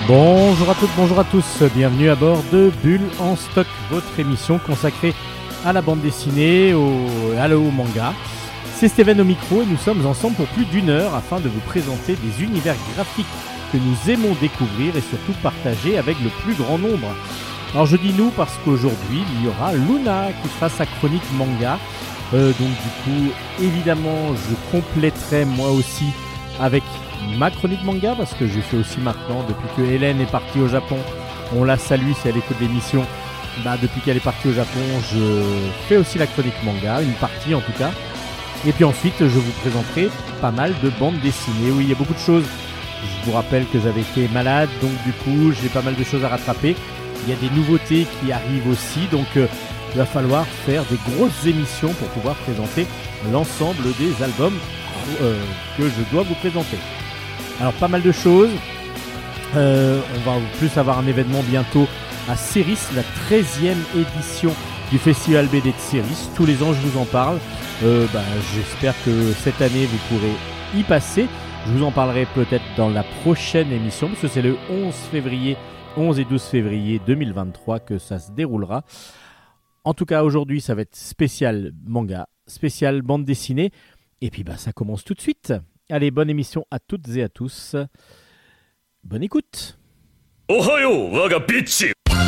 Bonjour à toutes, bonjour à tous, bienvenue à bord de Bulle en stock, votre émission consacrée à la bande dessinée, au manga. C'est Steven au micro et nous sommes ensemble pour plus d'une heure afin de vous présenter des univers graphiques que nous aimons découvrir et surtout partager avec le plus grand nombre. Alors je dis nous parce qu'aujourd'hui il y aura Luna qui fera sa chronique manga. Donc du coup évidemment je compléterai moi aussi avec ma chronique manga parce que je fais aussi maintenant depuis que Hélène est partie au Japon. On la salue si elle écoute l'émission. Depuis qu'elle est partie au Japon, je fais aussi la chronique manga, une partie en tout cas. Et puis ensuite, je vous présenterai pas mal de bandes dessinées. Oui, il y a beaucoup de choses. Je vous rappelle que j'avais été malade, donc du coup, j'ai pas mal de choses à rattraper. Il y a des nouveautés qui arrivent aussi, donc il va falloir faire des grosses émissions pour pouvoir présenter l'ensemble des albums que je dois vous présenter. Alors, pas mal de choses. On va en plus avoir un événement bientôt à Ceris, la 13e édition du Festival BD de Ceris. Tous les ans, je vous en parle. J'espère que cette année, vous pourrez y passer. Je vous en parlerai peut-être dans la prochaine émission, parce que c'est le 11 et 12 février 2023 que ça se déroulera. En tout cas, aujourd'hui, ça va être spécial manga, spécial bande dessinée. Et puis, ça commence tout de suite. Allez, bonne émission à toutes et à tous. Bonne écoute. Ohayo, waga bitchi.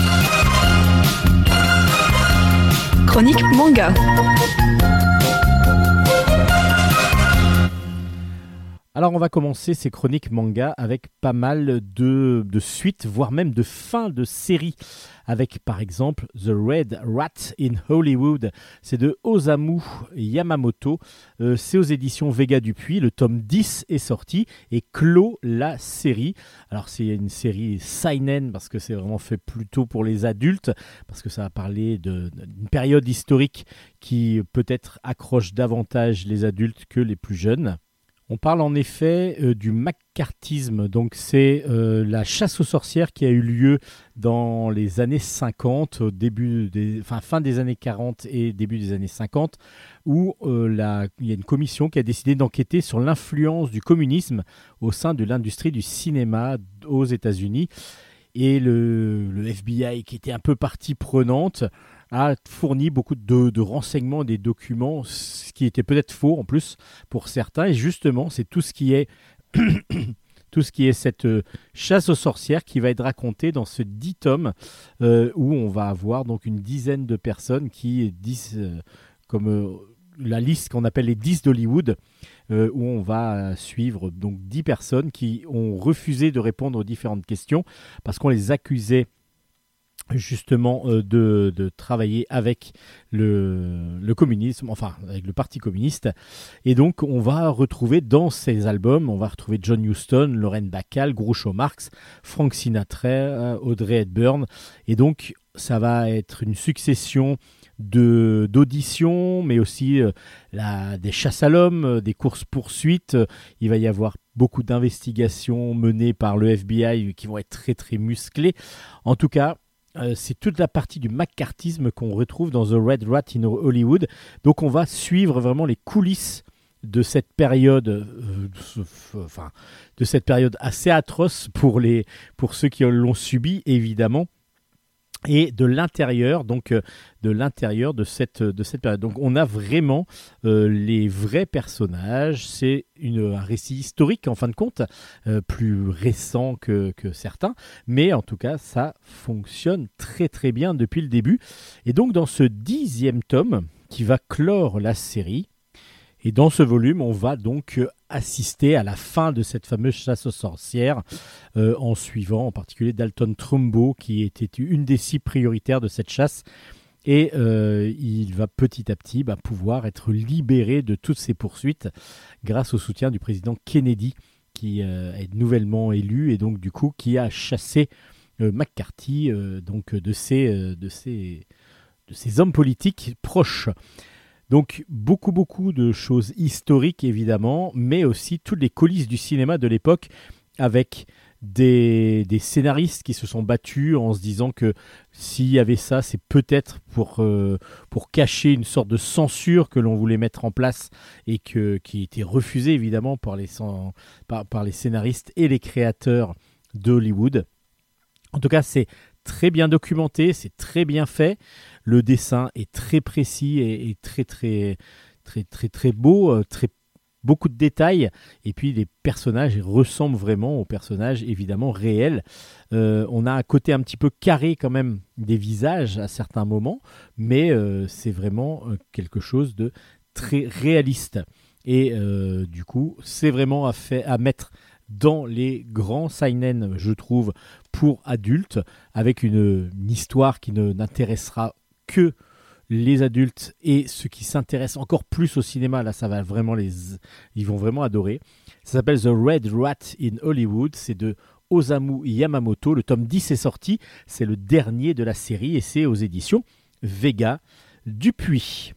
Chronique manga. Alors on va commencer ces chroniques manga avec pas mal de suites, voire même de fins de séries. Avec par exemple The Red Rat in Hollywood, c'est de Osamu Yamamoto, c'est aux éditions Vega Dupuis, le tome 10 est sorti et clôt la série. Alors c'est une série seinen parce que c'est vraiment fait plutôt pour les adultes, parce que ça va parler d'une période historique qui peut-être accroche davantage les adultes que les plus jeunes. On parle en effet du maccarthisme, donc c'est la chasse aux sorcières qui a eu lieu dans les années 50, fin des années 40 et début des années 50, où il y a une commission qui a décidé d'enquêter sur l'influence du communisme au sein de l'industrie du cinéma aux États-Unis. Et le FBI, qui était un peu partie prenante, a fourni beaucoup de renseignements, des documents, ce qui était peut-être faux en plus pour certains. Et justement, c'est tout ce qui est cette chasse aux sorcières qui va être racontée dans ce 10 tomes où on va avoir donc une dizaine de personnes qui disent, la liste qu'on appelle les 10 d'Hollywood, où on va suivre donc 10 personnes qui ont refusé de répondre aux différentes questions parce qu'on les accusait justement de travailler avec le communisme, enfin avec le parti communiste. Et donc on va retrouver dans ces albums, on va retrouver John Huston, Lorraine Bacall, Groucho Marx, Frank Sinatra, Audrey Hepburn. Et donc ça va être une succession d'auditions, mais aussi des chasses à l'homme, des courses-poursuites. Il va y avoir beaucoup d'investigations menées par le FBI qui vont être très très musclées. En tout cas, c'est toute la partie du maccarthisme qu'on retrouve dans The Red Rat in Hollywood. Donc on va suivre vraiment les coulisses de cette période, assez atroce pour ceux qui l'ont subi évidemment. Et de l'intérieur, de cette période. Donc on a vraiment les vrais personnages. C'est un récit historique en fin de compte, plus récent que certains, mais en tout cas ça fonctionne très très bien depuis le début. Et donc dans ce 10e tome qui va clore la série, et dans ce volume, on va donc assister à la fin de cette fameuse chasse aux sorcières en suivant en particulier Dalton Trumbo qui était une des cibles prioritaires de cette chasse. Et il va petit à petit pouvoir être libéré de toutes ces poursuites grâce au soutien du président Kennedy qui est nouvellement élu et donc du coup qui a chassé McCarthy de ces hommes politiques proches. Donc beaucoup de choses historiques évidemment, mais aussi toutes les coulisses du cinéma de l'époque avec des scénaristes qui se sont battus en se disant que s'il y avait ça, c'est peut-être pour cacher une sorte de censure que l'on voulait mettre en place et qui était refusée évidemment par les scénaristes et les créateurs d'Hollywood. En tout cas, c'est très bien documenté, c'est très bien fait. Le dessin est très précis et très, très, très, très, très beau, beaucoup de détails. Et puis, les personnages ressemblent vraiment aux personnages, évidemment, réels. On a un côté un petit peu carré quand même des visages à certains moments, mais c'est vraiment quelque chose de très réaliste. Et du coup, c'est vraiment à mettre dans les grands seinen, je trouve, pour adultes, avec une histoire qui n'intéressera que les adultes et ceux qui s'intéressent encore plus au cinéma. Là, ça va vraiment ils vont vraiment adorer. Ça s'appelle The Red Rat in Hollywood. C'est de Osamu Yamamoto. Le tome 10 est sorti. C'est le dernier de la série et c'est aux éditions Vega Dupuis.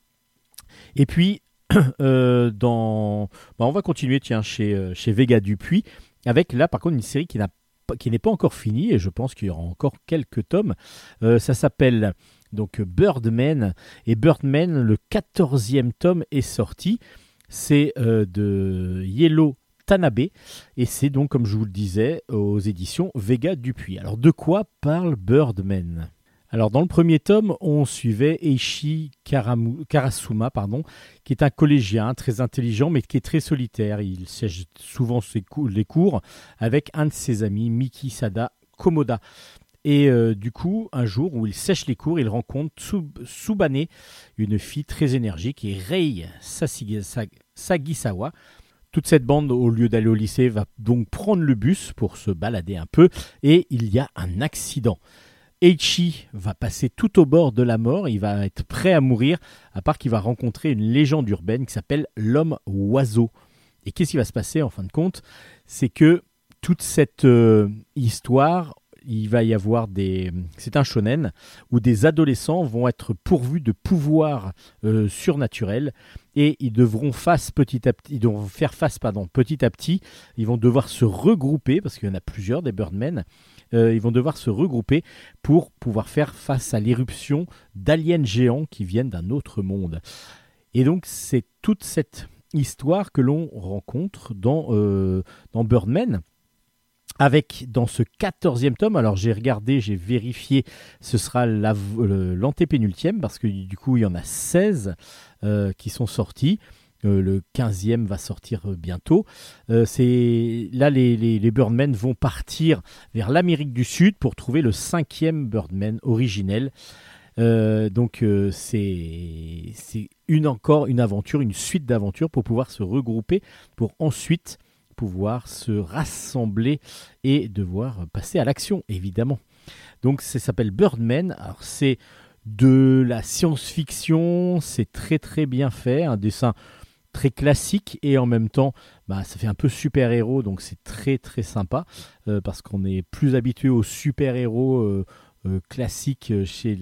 Et puis, on va continuer chez Vega Dupuis avec là, par contre, une série qui n'est pas encore finie et je pense qu'il y aura encore quelques tomes. Ça s'appelle donc Birdman, et Birdman, le 14e tome est sorti. C'est de Yellow Tanabe et c'est donc, comme je vous le disais, aux éditions Vega Dupuis. Alors, de quoi parle Birdman ? Alors, dans le premier tome, on suivait Eiichi Karasuma, qui est un collégien très intelligent, mais qui est très solitaire. Il sèche souvent les cours avec un de ses amis, Mikisada Komoda. Et du coup, un jour où il sèche les cours, il rencontre Tsubane, une fille très énergique, et Rei Sagisawa. Toute cette bande, au lieu d'aller au lycée, va donc prendre le bus pour se balader un peu, et il y a un accident. Eiichi va passer tout au bord de la mort, il va être prêt à mourir, à part qu'il va rencontrer une légende urbaine qui s'appelle l'homme-oiseau. Et qu'est-ce qui va se passer en fin de compte ? C'est que toute cette histoire, il va y avoir c'est un shonen où des adolescents vont être pourvus de pouvoirs surnaturels et ils devront faire face petit à petit. Ils vont devoir se regrouper parce qu'il y en a plusieurs des Birdmen. Ils vont devoir se regrouper pour pouvoir faire face à l'éruption d'aliens géants qui viennent d'un autre monde. Et donc c'est toute cette histoire que l'on rencontre dans Birdman. Avec, dans ce 14e tome, alors j'ai vérifié, ce sera l'antépénultième, parce que du coup il y en a 16 qui sont sortis. Le 15e va sortir bientôt. Là, les Birdmen vont partir vers l'Amérique du Sud pour trouver le 5e Birdman originel. Donc c'est encore une aventure, une suite d'aventures pour pouvoir se regrouper, pour ensuite pouvoir se rassembler et devoir passer à l'action, évidemment. Donc ça s'appelle Birdman. Alors c'est de la science-fiction, c'est très très bien fait, un dessin très classique et en même temps ça fait un peu super-héros, donc c'est très très sympa parce qu'on est plus habitué aux super-héros classiques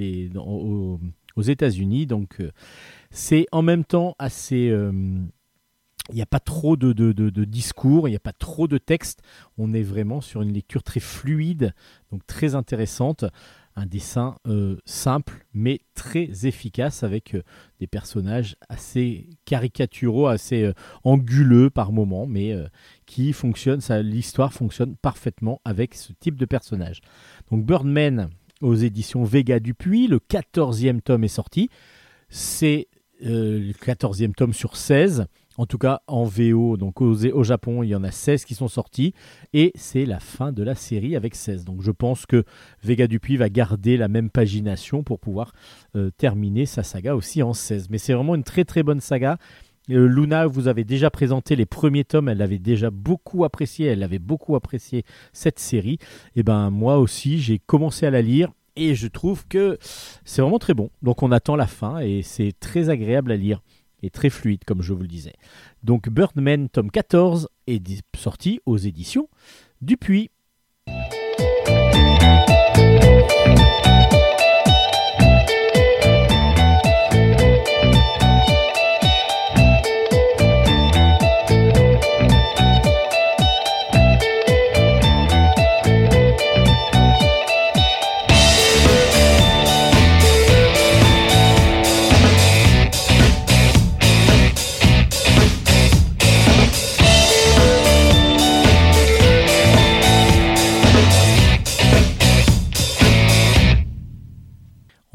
aux États-Unis, donc c'est en même temps assez... Il n'y a pas trop de discours, il n'y a pas trop de texte. On est vraiment sur une lecture très fluide, donc très intéressante. Un dessin simple, mais très efficace, avec des personnages assez caricaturaux, assez anguleux par moments, mais qui fonctionnent. L'histoire fonctionne parfaitement avec ce type de personnage. Donc Birdman aux éditions Vega Dupuis, le 14e tome est sorti. C'est le 14e tome sur 16. En tout cas, en VO, donc au Japon, il y en a 16 qui sont sortis. Et c'est la fin de la série avec 16. Donc je pense que Vega Dupuis va garder la même pagination pour pouvoir terminer sa saga aussi en 16. Mais c'est vraiment une très très bonne saga. Luna vous avez déjà présenté les premiers tomes. Elle avait déjà beaucoup apprécié. Elle avait beaucoup apprécié cette série. Et ben moi aussi, j'ai commencé à la lire. Et je trouve que c'est vraiment très bon. Donc on attend la fin et c'est très agréable à lire. Et très fluide, comme je vous le disais. Donc Birdman, tome 14, est sorti aux éditions Dupuis.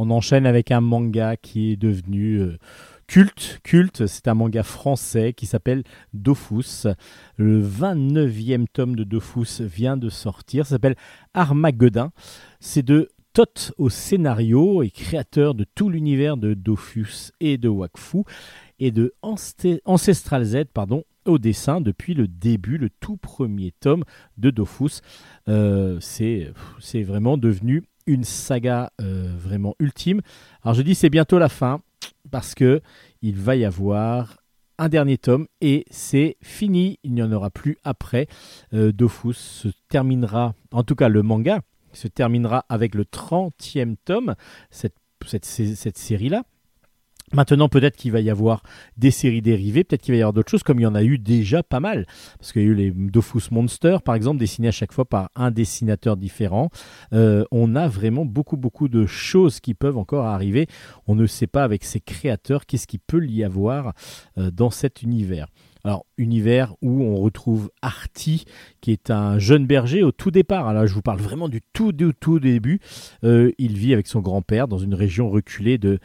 On enchaîne avec un manga qui est devenu culte. C'est un manga français qui s'appelle Dofus. Le 29e tome de Dofus vient de sortir. Ça s'appelle Armageddon. C'est de Tot au scénario et créateur de tout l'univers de Dofus et de Wakfu et de Ancestral Z au dessin depuis le début, le tout premier tome de Dofus. C'est vraiment devenu une saga vraiment ultime. Alors je dis c'est bientôt la fin parce que il va y avoir un dernier tome et c'est fini, il n'y en aura plus après. Dofus se terminera, en tout cas le manga se terminera avec le 30e tome, cette série-là. Maintenant, peut-être qu'il va y avoir des séries dérivées, peut-être qu'il va y avoir d'autres choses, comme il y en a eu déjà pas mal. Parce qu'il y a eu les Dofus Monsters, par exemple, dessinés à chaque fois par un dessinateur différent. On a vraiment beaucoup de choses qui peuvent encore arriver. On ne sait pas avec ces créateurs qu'est-ce qu'il peut y avoir dans cet univers. Alors, univers où on retrouve Artie, qui est un jeune berger au tout départ. Alors, je vous parle vraiment du tout début. Il vit avec son grand-père dans une région reculée de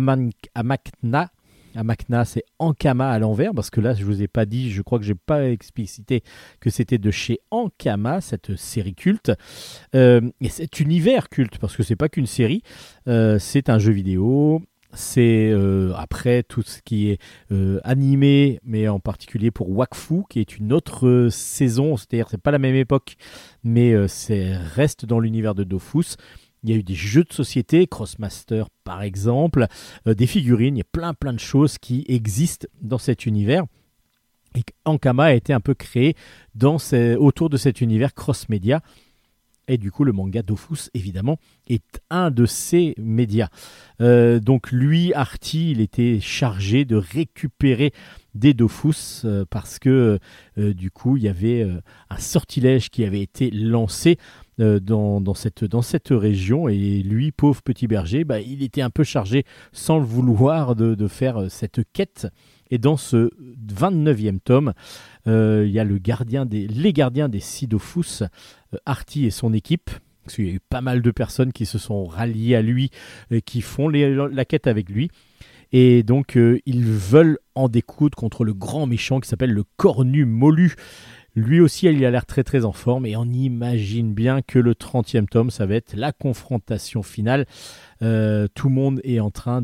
Amakna. Amakna, c'est Ankama à l'envers, parce que là, je ne vous ai pas dit, je crois que je n'ai pas explicité que c'était de chez Ankama, cette série culte. Et cet univers culte, parce que ce n'est pas qu'une série, c'est un jeu vidéo. C'est après tout ce qui est animé, mais en particulier pour Wakfu, qui est une autre saison, c'est-à-dire c'est pas la même époque, mais reste dans l'univers de Dofus. Il y a eu des jeux de société, Crossmaster par exemple, des figurines, il y a plein de choses qui existent dans cet univers. Et Ankama a été un peu créé autour de cet univers cross-média. Et du coup, le manga Dofus, évidemment, est un de ces médias. Donc lui, Artie, il était chargé de récupérer des Dofus parce que du coup, il y avait un sortilège qui avait été lancé dans cette région. Et lui, pauvre petit berger, il était un peu chargé, sans le vouloir, de faire cette quête. Et dans ce 29e tome, il y a les gardiens des six Dofus, Artie et son équipe. Parce qu'il y a eu pas mal de personnes qui se sont ralliées à lui et qui font la quête avec lui. Et donc, ils veulent en découdre contre le grand méchant qui s'appelle le Cornu Molu. Lui aussi, il a l'air très en forme et on imagine bien que le 30e tome, ça va être la confrontation finale. Tout le monde est en train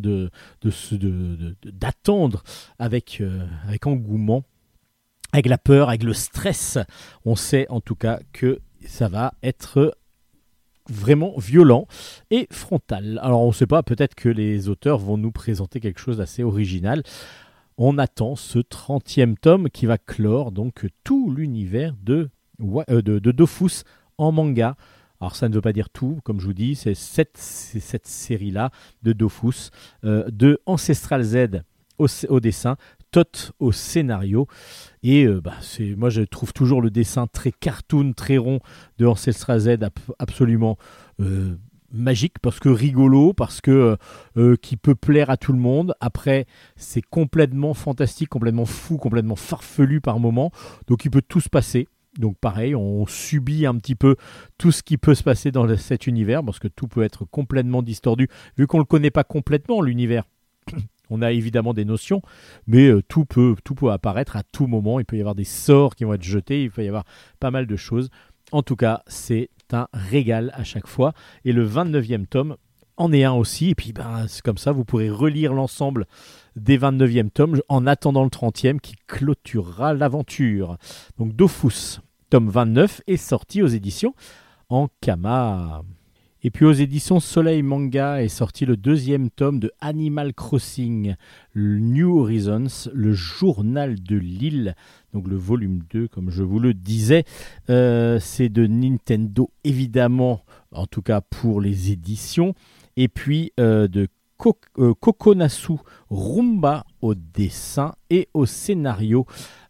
d'attendre avec engouement, avec la peur, avec le stress. On sait en tout cas que ça va être vraiment violent et frontal. Alors on ne sait pas, peut-être que les auteurs vont nous présenter quelque chose d'assez original. On attend ce 30e tome qui va clore donc tout l'univers de Dofus en manga. Alors ça ne veut pas dire tout, comme je vous dis, c'est cette série-là de Dofus, de Ancestral Z au dessin, Tot au scénario. Et moi je trouve toujours le dessin très cartoon, très rond de Ancestral Z absolument magique, parce que rigolo, parce que qui peut plaire à tout le monde. Après, c'est complètement fantastique, complètement fou, complètement farfelu par moments, donc il peut tout se passer. Donc pareil, on subit un petit peu tout ce qui peut se passer dans cet univers, parce que tout peut être complètement distordu, vu qu'on ne le connaît pas complètement, l'univers. On a évidemment des notions, mais tout peut apparaître à tout moment. Il peut y avoir des sorts qui vont être jetés, il peut y avoir pas mal de choses. En tout cas, c'est un régal à chaque fois. Et le 29e tome en est un aussi. Et puis, c'est comme ça, vous pourrez relire l'ensemble des 29e tomes en attendant le 30e qui clôturera l'aventure. Donc, Dofus, tome 29, est sorti aux éditions Ankama. Et puis aux éditions Soleil Manga est sorti le 2e tome de Animal Crossing New Horizons, le journal de l'île. Donc le volume 2, comme je vous le disais, c'est de Nintendo évidemment, en tout cas pour les éditions. Et puis de Kokonasu Rumba au dessin et au scénario.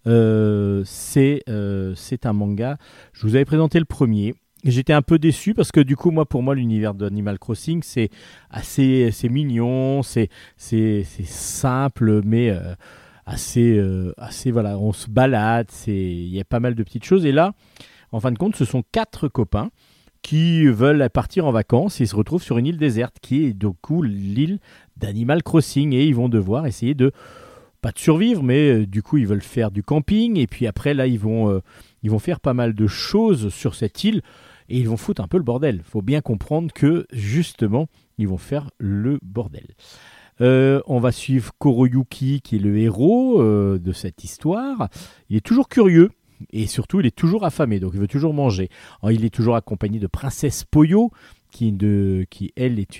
C'est un manga. Je vous avais présenté le premier. J'étais un peu déçu parce que du coup, pour moi, l'univers d'Animal Crossing, c'est assez mignon, c'est simple, mais assez voilà, on se balade, il y a pas mal de petites choses. Et là, en fin de compte, ce sont 4 copains qui veulent partir en vacances et se retrouvent sur une île déserte qui est du coup l'île d'Animal Crossing, et ils vont devoir essayer de, pas de survivre, mais du coup ils veulent faire du camping, et puis après là ils vont faire pas mal de choses sur cette île et ils vont foutre un peu le bordel. Faut bien comprendre que justement ils vont faire le bordel. On va suivre Kuroyuki qui est le héros de cette histoire. Il est toujours curieux et surtout il est toujours affamé, donc il veut toujours manger. Alors, il est toujours accompagné de Princesse Poyo qui elle est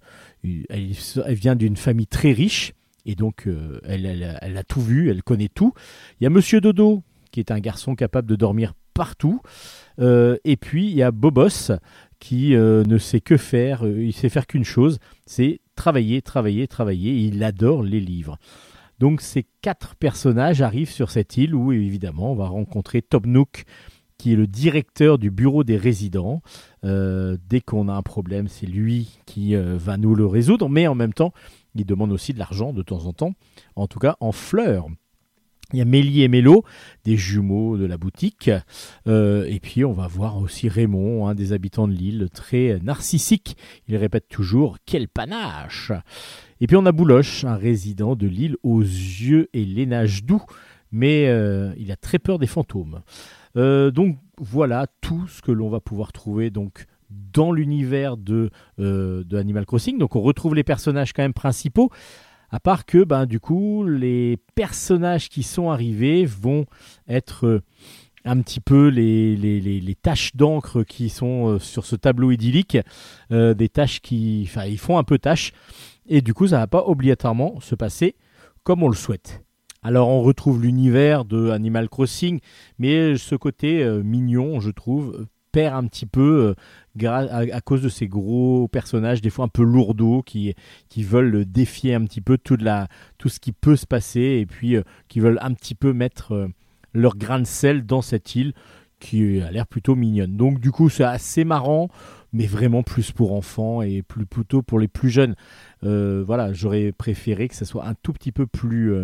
elle vient d'une famille très riche et donc elle a tout vu, elle connaît tout. Il y a Monsieur Dodo qui est un garçon capable de dormir partout, et puis il y a Bobos qui ne sait que faire, il sait faire qu'une chose, c'est travailler, et il adore les livres. Donc ces 4 personnages arrivent sur cette île où évidemment on va rencontrer Top Nook qui est le directeur du bureau des résidents. Dès qu'on a un problème, c'est lui qui va nous le résoudre, mais en même temps il demande aussi de l'argent de temps en temps, en tout cas en fleurs. Il y a Mélie et Mélo, des jumeaux de la boutique. Et puis, on va voir aussi Raymond, un des habitants de l'île, très narcissique. Il répète toujours « Quel panache !» Et puis, on a Bouloche, un résident de l'île aux yeux et l'ainage doux. Mais il a très peur des fantômes. Donc, voilà tout ce que l'on va pouvoir trouver donc, dans l'univers de Animal Crossing. Donc, on retrouve les personnages quand même principaux. À part que, du coup, les personnages qui sont arrivés vont être un petit peu les taches d'encre qui sont sur ce tableau idyllique, des taches ils font un peu tache, et du coup, ça ne va pas obligatoirement se passer comme on le souhaite. Alors, on retrouve l'univers de Animal Crossing, mais ce côté mignon, je trouve, perd un petit peu à cause de ces gros personnages, des fois un peu lourdeaux, qui veulent défier un petit peu tout ce qui peut se passer, et puis qui veulent un petit peu mettre leur grain de sel dans cette île qui a l'air plutôt mignonne. Donc du coup c'est assez marrant, mais vraiment plus pour enfants et plutôt pour les plus jeunes. Voilà, j'aurais préféré que ça soit un tout petit peu plus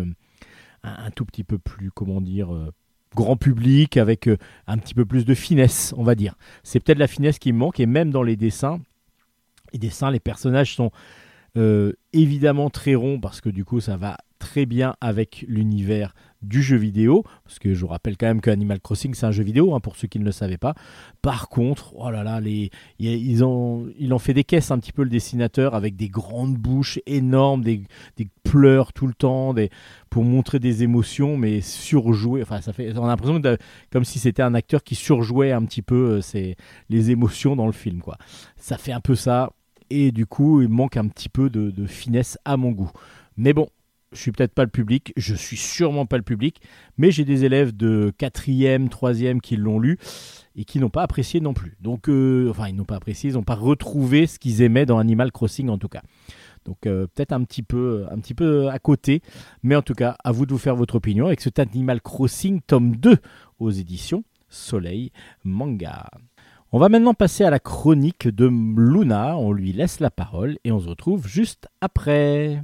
comment dire, grand public, avec un petit peu plus de finesse, on va dire. C'est peut-être la finesse qui me manque, et même dans les dessins, les personnages sont évidemment très ronds, parce que du coup ça va très bien avec l'univers du jeu vidéo, parce que je vous rappelle quand même que Animal Crossing c'est un jeu vidéo, pour ceux qui ne le savaient pas. Par contre, oh là là, il en fait des caisses un petit peu, le dessinateur, avec des grandes bouches énormes, des pleurs tout le temps, pour montrer des émotions, mais surjouer. Enfin, on a l'impression comme si c'était un acteur qui surjouait un petit peu les émotions dans le film, quoi. Ça fait un peu ça, et du coup il manque un petit peu de finesse à mon goût. Mais bon, je suis peut-être pas le public, je suis sûrement pas le public, mais j'ai des élèves de 4e, 3e qui l'ont lu et qui n'ont pas apprécié non plus. Donc, ils n'ont pas apprécié, ils n'ont pas retrouvé ce qu'ils aimaient dans Animal Crossing en tout cas. Donc peut-être un petit peu à côté, mais en tout cas, à vous de vous faire votre opinion avec cet Animal Crossing tome 2 aux éditions Soleil Manga. On va maintenant passer à la chronique de Luna, on lui laisse la parole et on se retrouve juste après.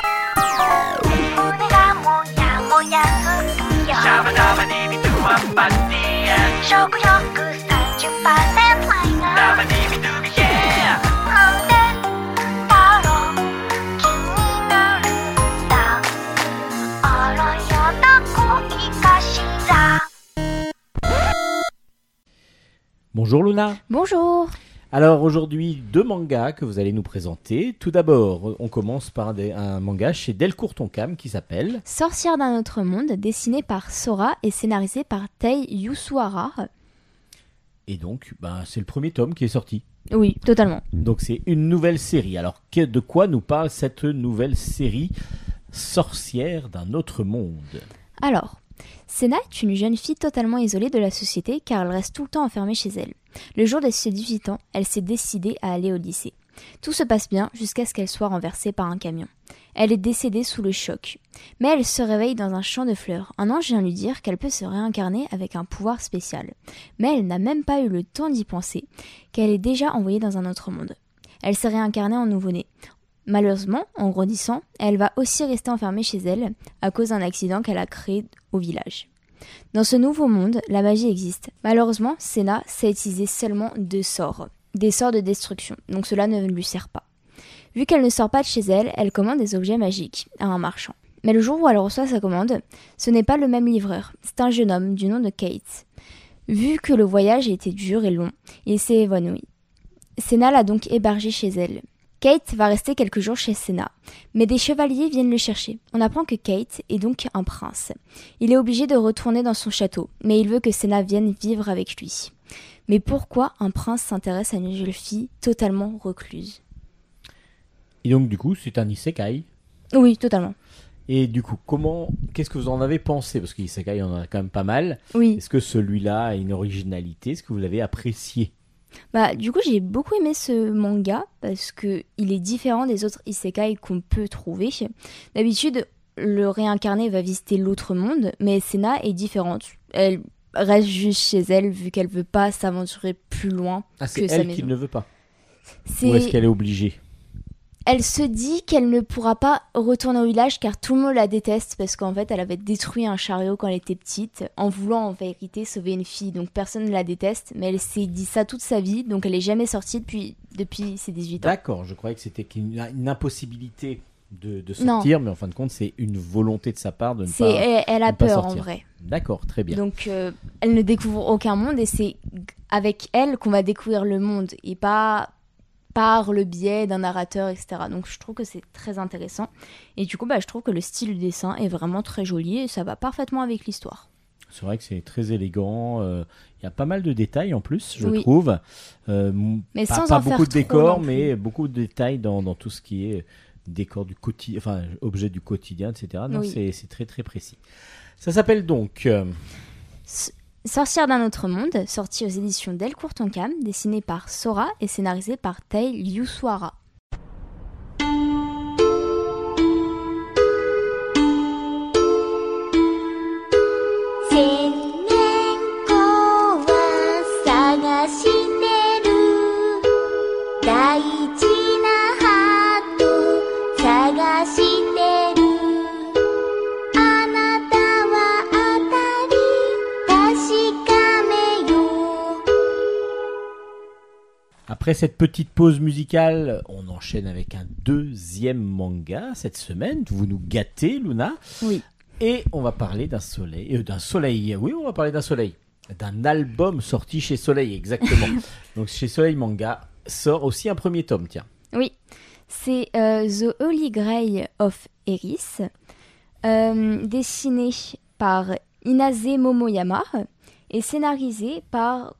Bonjour Luna. Bonjour. Alors aujourd'hui, 2 mangas que vous allez nous présenter. Tout d'abord, on commence par un manga chez Delcourt Tonkam qui s'appelle Sorcière d'un autre monde, dessiné par Sora et scénarisé par Tei Yusuhara. Et donc, c'est le premier tome qui est sorti. Oui, totalement. Donc c'est une nouvelle série. Alors de quoi nous parle cette nouvelle série Sorcière d'un autre monde? Alors, Senna est une jeune fille totalement isolée de la société car elle reste tout le temps enfermée chez elle. Le jour de ses 18 ans, elle s'est décidée à aller au lycée. Tout se passe bien jusqu'à ce qu'elle soit renversée par un camion. Elle est décédée sous le choc. Mais elle se réveille dans un champ de fleurs. Un ange vient lui dire qu'elle peut se réincarner avec un pouvoir spécial. Mais elle n'a même pas eu le temps d'y penser, qu'elle est déjà envoyée dans un autre monde. Elle s'est réincarnée en nouveau-né. Malheureusement, en grandissant, elle va aussi rester enfermée chez elle à cause d'un accident qu'elle a créé au village. Dans ce nouveau monde, la magie existe. Malheureusement, Senna sait utiliser seulement 2 sorts. des sorts de destruction, donc cela ne lui sert pas. Vu qu'elle ne sort pas de chez elle, elle commande des objets magiques à un marchand. Mais le jour où elle reçoit sa commande, ce n'est pas le même livreur, c'est un jeune homme du nom de Kate. Vu que le voyage a été dur et long, il s'est évanoui. Senna l'a donc hébergé chez elle. Kate va rester quelques jours chez Senna, mais des chevaliers viennent le chercher. On apprend que Kate est donc un prince. Il est obligé de retourner dans son château, mais il veut que Senna vienne vivre avec lui. Mais pourquoi un prince s'intéresse à une jeune fille totalement recluse ? Et donc, du coup, c'est un isekai. Oui, totalement. Et du coup, qu'est-ce que vous en avez pensé ? Parce qu'isekai, il y en a quand même pas mal. Oui. Est-ce que celui-là a une originalité ? Est-ce que vous l'avez apprécié ? Du coup, j'ai beaucoup aimé ce manga parce que il est différent des autres isekai qu'on peut trouver. D'habitude, le réincarné va visiter l'autre monde, mais Senna est différente. Elle reste juste chez elle vu qu'elle veut pas s'aventurer plus loin Ah, c'est que sa elle maison. qui ne veut pas. Ou est-ce qu'elle est obligée ? Elle se dit qu'elle ne pourra pas retourner au village car tout le monde la déteste parce qu'en fait elle avait détruit un chariot quand elle était petite en voulant en vérité sauver une fille. Donc personne ne la déteste, mais elle s'est dit ça toute sa vie, donc elle est jamais sortie depuis ses 18 ans. D'accord, je croyais que c'était une impossibilité de sortir, mais en fin de compte c'est une volonté de sa part de ne pas Elle a ne pas peur en sortir. vrai. D'accord, très bien. Donc elle ne découvre aucun monde et c'est avec elle qu'on va découvrir le monde et pas par le biais d'un narrateur, etc. Donc je trouve que c'est très intéressant. Et du coup, je trouve que le style du dessin est vraiment très joli et ça va parfaitement avec l'histoire. C'est vrai que c'est très élégant. Il y a pas mal de détails en plus, je Oui. trouve. Mais sans pas en faire beaucoup de trop décors, non plus. mais beaucoup de détails dans tout ce qui est décor du quotidien, enfin objets du quotidien, etc. Non, Oui. c'est très très précis. Ça s'appelle donc. Sorcière d'un autre monde, sorti aux éditions Delcourt Tonkam, dessiné par Sora et scénarisé par Tei Liusuara. 千年子は探してる大事なハート探してるあなたは当たり確かめよ Après cette petite pause musicale, on enchaîne avec un deuxième manga cette semaine. Vous nous gâtez, Luna. Oui. Et on va parler d'un soleil. Oui, on va parler d'un soleil. D'un album sorti chez Soleil, exactement. Donc chez Soleil Manga sort aussi un premier tome, tiens. Oui, c'est The Holy Grail of Eris, dessiné par Inase Momoyama et scénarisé par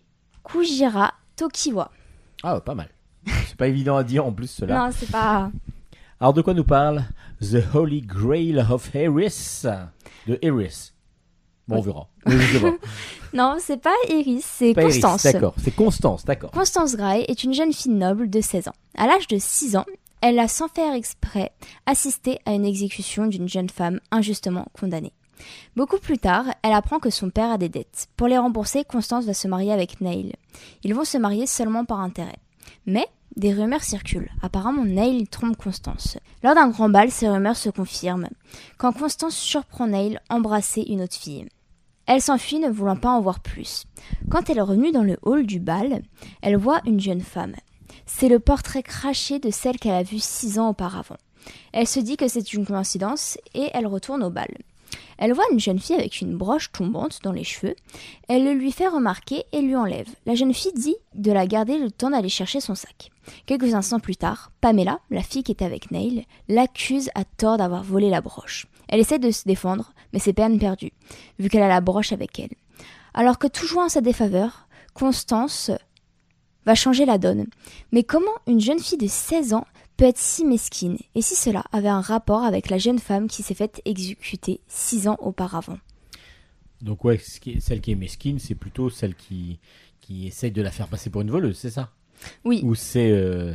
Kujira Tokiwa. Ah, pas mal. C'est pas évident à dire en plus cela. Non, c'est pas... Alors de quoi nous parle The Holy Grail of Eris de Eris. Bon, Oui. on verra. Oui, je sais pas. Non, c'est pas Eris, c'est Pas Eris, Constance. d'accord. C'est Constance, d'accord. Constance Gray est une jeune fille noble de 16 ans. À l'âge de 6 ans, elle a sans faire exprès assisté à une exécution d'une jeune femme injustement condamnée. Beaucoup plus tard, elle apprend que son père a des dettes. Pour les rembourser, Constance va se marier avec Neil. Ils vont se marier seulement par intérêt. Mais des rumeurs circulent. Apparemment, Neil trompe Constance. Lors d'un grand bal, ces rumeurs se confirment. Quand Constance surprend Neil embrasser une autre fille. Elle s'enfuit, ne voulant pas en voir plus. Quand elle est revenue dans le hall du bal, elle voit une jeune femme. C'est le portrait craché de celle qu'elle a vue 6 ans auparavant. Elle se dit que c'est une coïncidence et elle retourne au bal. Elle voit une jeune fille avec une broche tombante dans les cheveux. Elle le lui fait remarquer et lui enlève. La jeune fille dit de la garder le temps d'aller chercher son sac. Quelques instants plus tard, Pamela, la fille qui était avec Neil, l'accuse à tort d'avoir volé la broche. Elle essaie de se défendre, mais c'est peine perdue, vu qu'elle a la broche avec elle. Alors que tout joue en sa défaveur, Constance va changer la donne. Mais comment une jeune fille de 16 ans peut être si mesquine? Et si cela avait un rapport avec la jeune femme qui s'est faite exécuter 6 ans auparavant? Donc ouais, celle qui est mesquine, c'est plutôt celle qui essaye de la faire passer pour une voleuse, c'est ça? Oui. Ou c'est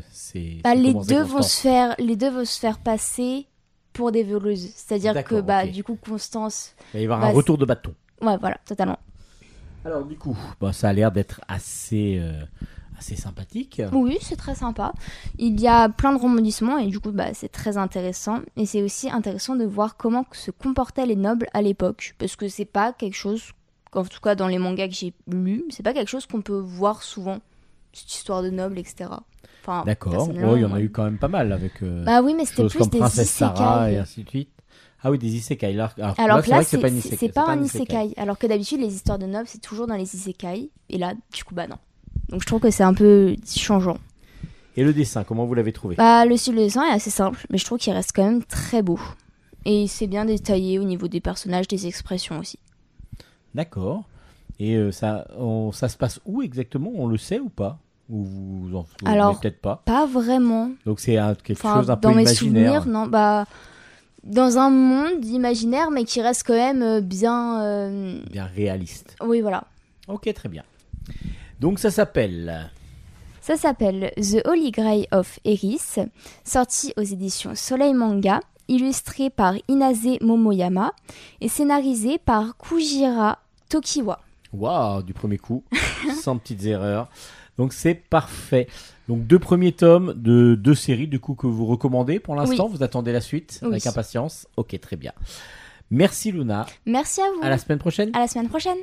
les comment deux c'est vont se faire passer pour des voleuses. C'est-à-dire que D'accord, ok. du coup Constance... Il va y avoir un retour de bâton. Ouais, voilà, totalement. Alors du coup, ça a l'air d'être assez sympathique. Oui, c'est très sympa. Il y a plein de rebondissements et du coup, c'est très intéressant. Et c'est aussi intéressant de voir comment se comportaient les nobles à l'époque. Parce que c'est pas quelque chose, en tout cas dans les mangas que j'ai lus, c'est pas quelque chose qu'on peut voir souvent. cette histoire de noble, etc. Enfin, D'accord. personnellement, Il y en a eu quand même pas mal avec Bah oui, mais c'était choses plus comme des Princesse Sarah et isekai. ainsi de suite. Ah oui, des isekai. Alors que là, c'est vrai que c'est pas un isekai. Alors que d'habitude, les histoires de nobles, c'est toujours dans les isekai. Et là, du coup, bah non. Donc je trouve que c'est un peu changeant. Et le dessin, comment vous l'avez trouvé? Bah, le style de dessin est assez simple, mais je trouve qu'il reste quand même très beau. Et c'est bien détaillé au niveau des personnages, des expressions aussi. D'accord. Et ça se passe où exactement? On le sait ou pas? Ou vous en Alors, peut-être pas? Pas vraiment. Donc c'est quelque Enfin, chose un peu dans mes imaginaire. souvenirs, non, bah, dans un monde imaginaire, mais qui reste quand même bien. Bien réaliste. Oui, voilà. Ok, très bien. Donc ça s'appelle... Ça s'appelle The Holy Grail of Eris, sorti aux éditions Soleil Manga, illustré par Inase Momoyama et scénarisé par Kujira Tokiwa. Waouh, du premier coup, sans petites erreurs. Donc c'est parfait. Donc 2 premiers tomes de 2 séries du coup que vous recommandez pour l'instant. Oui. Vous attendez la suite Oui. avec impatience. Ok, très bien. Merci Luna. Merci à vous. À la semaine prochaine. À la semaine prochaine.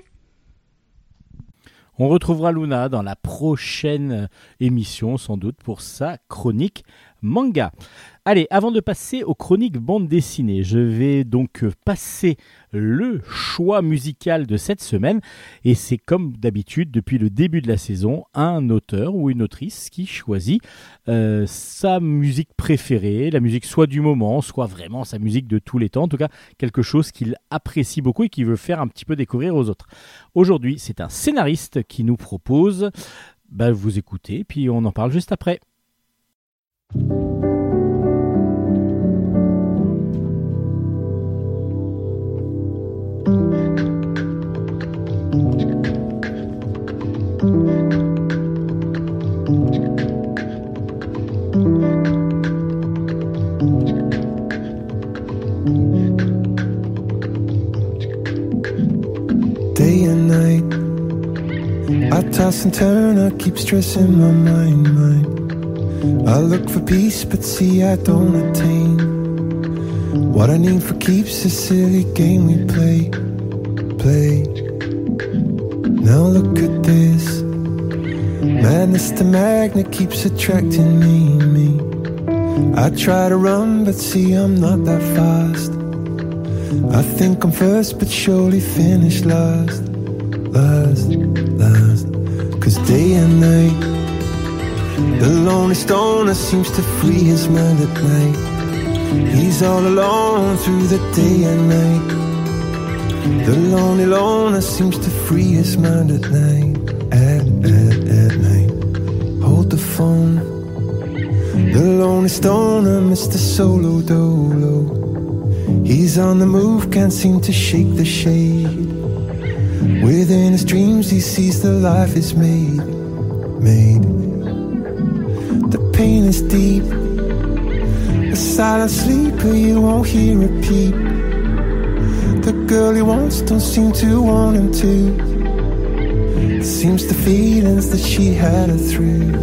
On retrouvera Luna dans la prochaine émission sans doute pour sa chronique manga. Allez, avant de passer aux chroniques bande dessinée, je vais donc passer le choix musical de cette semaine. Et c'est comme d'habitude, depuis le début de la saison, un auteur ou une autrice qui choisit sa musique préférée, la musique soit du moment, soit vraiment sa musique de tous les temps. En tout cas, quelque chose qu'il apprécie beaucoup et qu'il veut faire un petit peu découvrir aux autres. Aujourd'hui, c'est un scénariste qui nous propose, vous écoutez, puis on en parle juste après. Day and night, I toss and turn, I keep stressing my mind. I look for peace, but see I don't attain. What I need for keeps a silly game we play. Now look at this, madness the magnet keeps attracting me. I try to run, but see I'm not that fast. I think I'm first, but surely finish last. Cause day and night, the lonely stoner seems to free his mind at night. He's all alone through the day and night. The lonely loner seems to free his mind at night. At night. Hold the phone. The lonely stoner, Mr. Solo Dolo. He's on the move, can't seem to shake the shade. Within his dreams he sees the life is made. The pain is deep, a silent sleeper you won't hear a peep. The girl he wants don't seem to want him to. It seems the feelings that she had are through.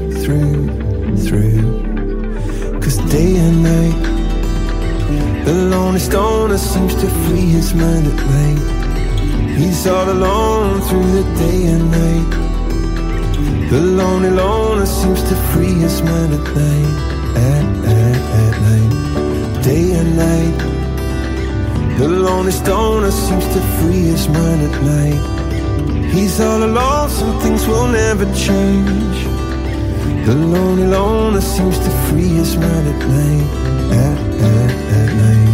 Cause day and night, the lonely stoner seems to free his mind at night. He's all alone through the day and night. The lonely loner seems to free his mind at night. At night. Day and night. The lonely stoner seems to free his mind at night. He's all alone, some things will never change. The lonely loner seems to free his mind at night. At night.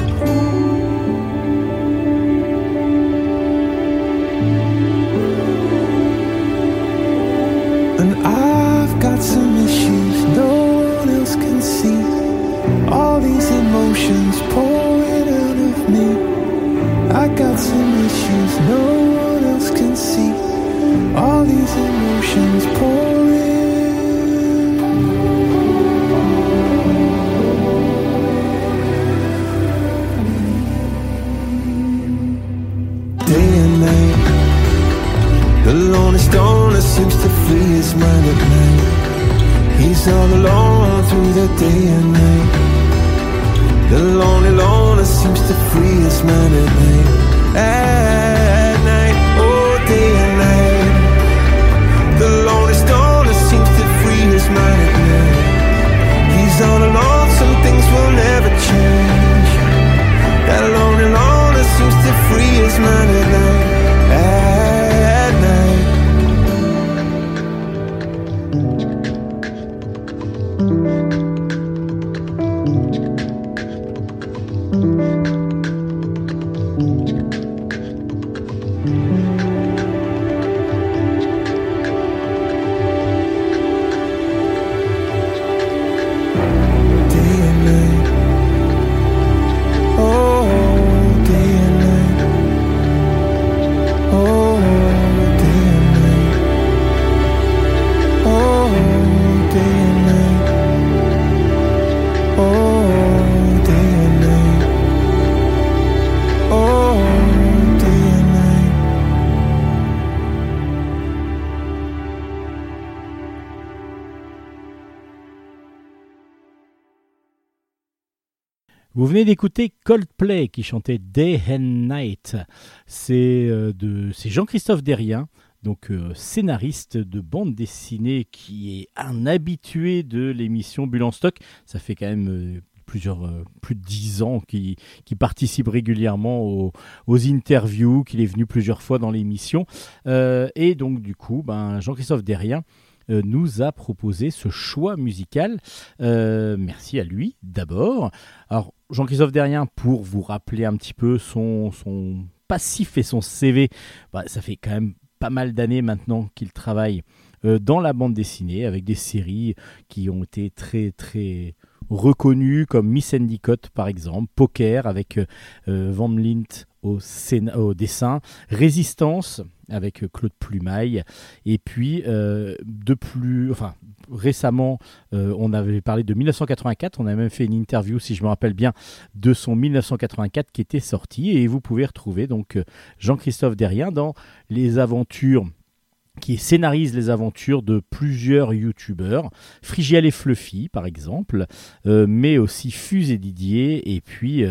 And I've got some issues no one else can see. All these emotions pouring out of me. I got some issues no one else can see. All these emotions pouring. Day and night, the lonely stoner seems to free his mind at night. He's all alone through the day and night. The lonely loner seems to free his mind at night. At night, oh day and night. The lonely stoner seems Vous venez d'écouter Coldplay qui chantait Day and Night. C'est Jean-Christophe Derrien, donc scénariste de bande dessinée qui est un habitué de l'émission Bulle en Stock. Ça fait quand même plus de 10 ans qu'il participe régulièrement aux interviews, qu'il est venu plusieurs fois dans l'émission. Et donc du coup, Jean-Christophe Derrien nous a proposé ce choix musical. Merci à lui d'abord. Alors Jean-Christophe Derrien, pour vous rappeler un petit peu son passif et son CV, ça fait quand même pas mal d'années maintenant qu'il travaille dans la bande dessinée avec des séries qui ont été très très reconnues comme Miss Endicott par exemple, Poker avec Van Lint au dessin, Résistance avec Claude Plumaille, et puis récemment on avait parlé de 1984, on a même fait une interview si je me rappelle bien de son 1984 qui était sorti, et vous pouvez retrouver donc Jean-Christophe Derrien dans les aventures, qui scénarise les aventures de plusieurs youtubeurs, Frigiel et Fluffy par exemple, mais aussi Fuse et Didier, et puis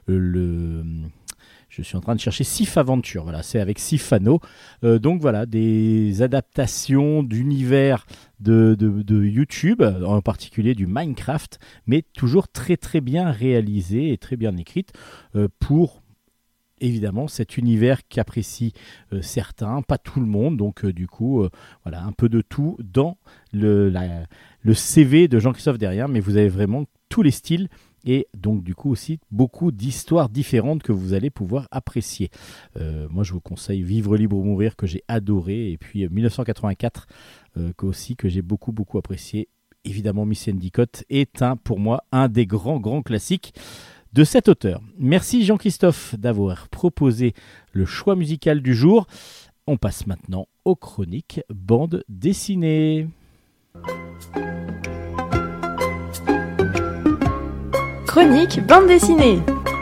je suis en train de chercher Sif Aventure, voilà, c'est avec Sifano. Donc voilà, des adaptations d'univers de YouTube, en particulier du Minecraft, mais toujours très très bien réalisées et très bien écrites pour évidemment cet univers qu'apprécient certains, pas tout le monde. Donc du coup, voilà, un peu de tout dans le CV de Jean-Christophe Derrien, mais vous avez vraiment tous les styles. Et donc du coup aussi beaucoup d'histoires différentes que vous allez pouvoir apprécier. Moi je vous conseille Vivre libre ou mourir, que j'ai adoré, et puis 1984 que j'ai beaucoup apprécié. Évidemment Miss Endicott est pour moi un des grands classiques de cet auteur. Merci Jean-Christophe d'avoir proposé le choix musical du jour. On passe maintenant aux chroniques bande dessinée. Chronique bande dessinée.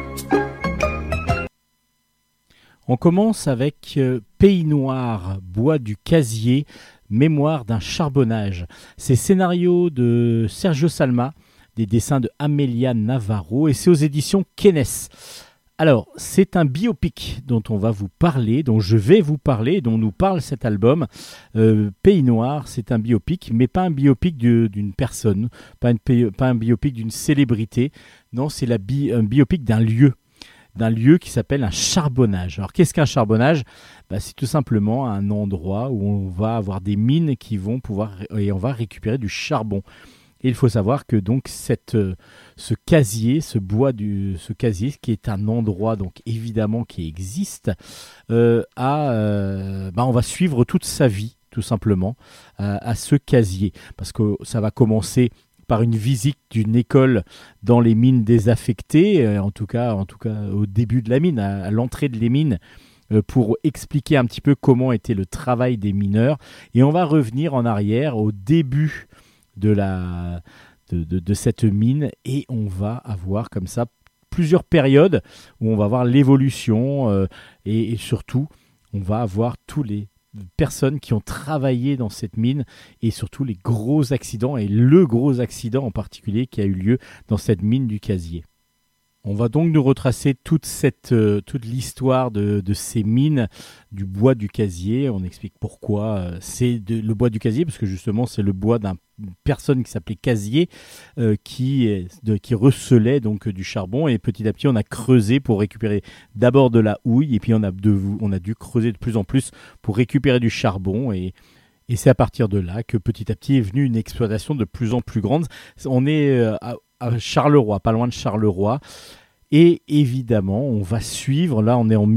On commence avec Pays Noir, Bois du Casier, Mémoire d'un charbonnage. C'est scénario de Sergio Salma, des dessins de Amelia Navarro, et c'est aux éditions Kenes. Alors, c'est un biopic dont on va vous parler, dont je vais vous parler, dont nous parle cet album. Pays Noir, c'est un biopic, mais pas un biopic d'une personne, pas un biopic d'une célébrité. Non, c'est un biopic d'un lieu qui s'appelle un charbonnage. Alors, qu'est-ce qu'un charbonnage ? C'est tout simplement un endroit où on va avoir des mines et on va récupérer du charbon. Et il faut savoir que donc ce casier, ce casier, qui est un endroit donc évidemment qui existe, on va suivre toute sa vie tout simplement à ce casier, parce que ça va commencer par une visite d'une école dans les mines désaffectées, en tout cas au début de la mine, à l'entrée de les mines, pour expliquer un petit peu comment était le travail des mineurs, et on va revenir en arrière au début de cette mine, et on va avoir comme ça plusieurs périodes où on va voir l'évolution, et surtout on va avoir tous les personnes qui ont travaillé dans cette mine, et surtout les gros accidents, et le gros accident en particulier qui a eu lieu dans cette mine du casier. On va donc nous retracer toute l'histoire de ces mines du bois du casier. On explique pourquoi c'est le bois du casier, parce que justement c'est le bois d'une personne qui s'appelait Casier, qui recelait donc du charbon, et petit à petit on a creusé pour récupérer d'abord de la houille, et puis on a dû creuser de plus en plus pour récupérer du charbon, et Et c'est à partir de là que petit à petit est venue une exploitation de plus en plus grande. On est à Charleroi, pas loin de Charleroi. Et évidemment, on va suivre, là on est en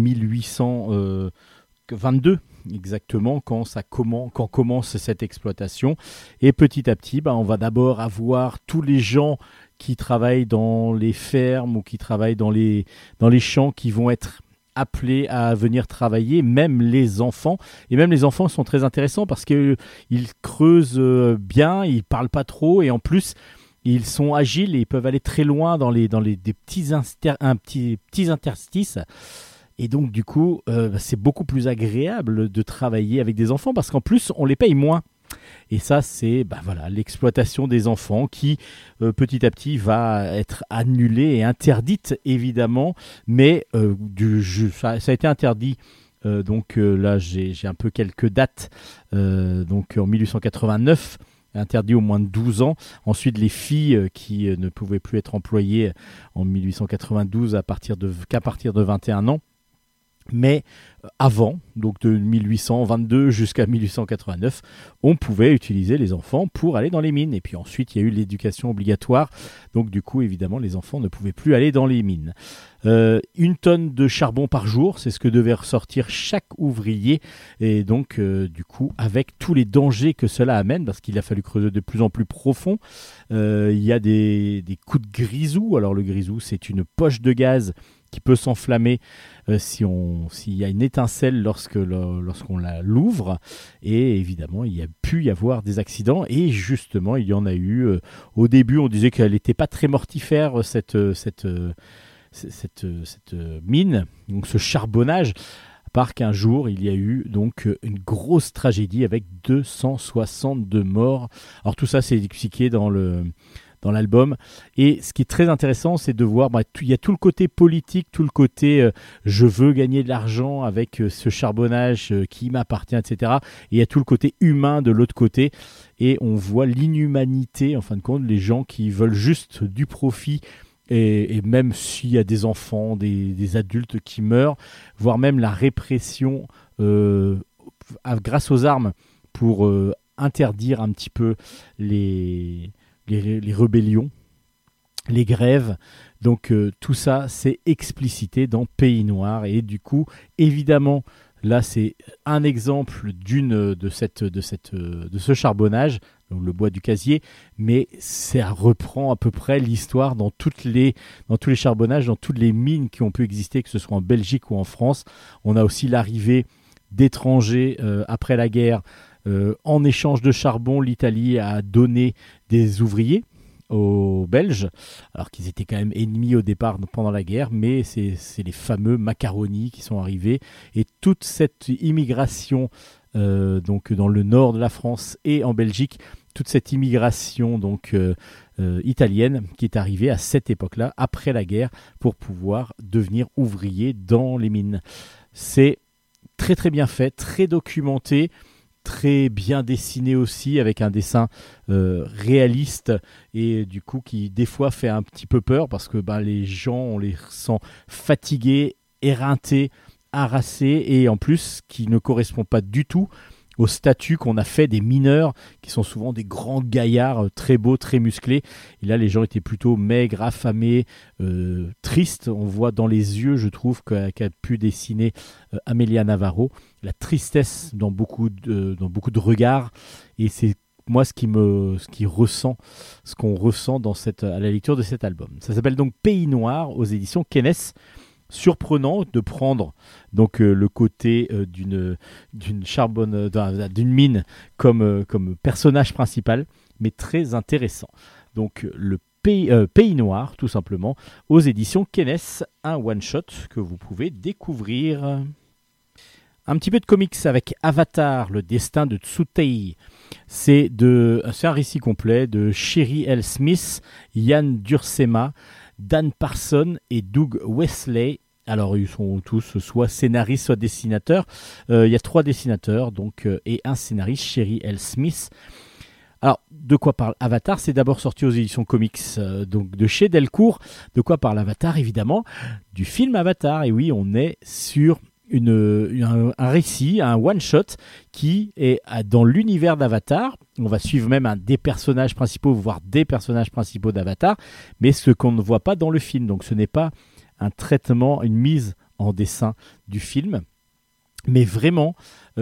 1822 exactement, quand commence cette exploitation. Et petit à petit, on va d'abord avoir tous les gens qui travaillent dans les fermes ou qui travaillent dans les champs qui vont être appelés à venir travailler, même les enfants. Et même les enfants sont très intéressants parce qu'ils creusent bien, ils ne parlent pas trop et en plus, ils sont agiles et ils peuvent aller très loin dans des petits interstices. Et donc, du coup, c'est beaucoup plus agréable de travailler avec des enfants parce qu'en plus, on les paye moins. Et ça, c'est l'exploitation des enfants qui, petit à petit, va être annulée et interdite, évidemment. Mais ça a été interdit. Là, j'ai un peu quelques dates. Donc, en 1889, interdit au moins de 12 ans. Ensuite, les filles qui ne pouvaient plus être employées en 1892 qu'à partir de 21 ans. Mais avant, donc de 1822 jusqu'à 1889, on pouvait utiliser les enfants pour aller dans les mines. Et puis ensuite, il y a eu l'éducation obligatoire. Donc du coup, évidemment, les enfants ne pouvaient plus aller dans les mines. 1 tonne de charbon par jour, c'est ce que devait ressortir chaque ouvrier. Et donc, du coup, avec tous les dangers que cela amène, parce qu'il a fallu creuser de plus en plus profond, il y a des coups de grisou. Alors le grisou, c'est une poche de gaz qui peut s'enflammer s'il y a une étincelle lorsqu'on l'ouvre. Et évidemment, il y a pu y avoir des accidents. Et justement, il y en a eu. Au début, on disait qu'elle n'était pas très mortifère, cette mine, donc ce charbonnage. À part qu'un jour, il y a eu donc une grosse tragédie avec 262 morts. Alors tout ça, c'est expliqué dans l'album. Et ce qui est très intéressant, c'est de voir, il y a tout le côté politique, tout le côté je veux gagner de l'argent avec ce charbonnage qui m'appartient, etc. Et il y a tout le côté humain de l'autre côté. Et on voit l'inhumanité, en fin de compte, les gens qui veulent juste du profit. Et même s'il y a des enfants, des adultes qui meurent, voire même la répression grâce aux armes pour interdire un petit peu les rébellions, les grèves. Donc tout ça, c'est explicité dans Pays Noir. Et du coup, évidemment, là, c'est un exemple de ce charbonnage, donc le bois du casier, mais ça reprend à peu près l'histoire dans tous les charbonnages, dans toutes les mines qui ont pu exister, que ce soit en Belgique ou en France. On a aussi l'arrivée d'étrangers après la guerre. En échange de charbon, l'Italie a donné des ouvriers aux Belges, alors qu'ils étaient quand même ennemis au départ pendant la guerre, mais c'est les fameux macaronis qui sont arrivés. Et toute cette immigration donc dans le nord de la France et en Belgique, toute cette immigration donc italienne qui est arrivée à cette époque-là, après la guerre, pour pouvoir devenir ouvrier dans les mines. C'est très très bien fait, très documenté, très bien dessiné aussi, avec un dessin réaliste et du coup qui des fois fait un petit peu peur parce que les gens, on les sent fatigués, éreintés, harassés et en plus qui ne correspond pas du tout au statut qu'on a fait des mineurs qui sont souvent des grands gaillards très beaux, très musclés. Et là, les gens étaient plutôt maigres, affamés, tristes. On voit dans les yeux, je trouve, qu'a pu dessiner Amélia Navarro, la tristesse dans beaucoup de regards. Et c'est moi ce qu'on ressent à la lecture de cet album. Ça s'appelle donc Pays Noir aux éditions Kennes. Surprenant de prendre donc le côté d'une mine comme personnage principal, mais très intéressant. Donc le Pays Noir, tout simplement, aux éditions Kennes, un one-shot que vous pouvez découvrir. Un petit peu de comics avec Avatar, le destin de Tsutei. C'est un récit complet de Sherry L. Smith, Yann Dursema, Dan Parson et Doug Wesley. Alors ils sont tous soit scénaristes, soit dessinateurs. Il y a 3 dessinateurs et un scénariste, Sherry L. Smith. Alors de quoi parle Avatar ? C'est d'abord sorti aux éditions comics donc de chez Delcourt. De quoi parle Avatar ? Évidemment du film Avatar. Et oui, on est sur un récit, un one-shot qui est dans l'univers d'Avatar. On va suivre même un des personnages principaux, voire des personnages principaux d'Avatar, mais ce qu'on ne voit pas dans le film. Donc ce n'est pas un traitement, une mise en dessin du film, mais vraiment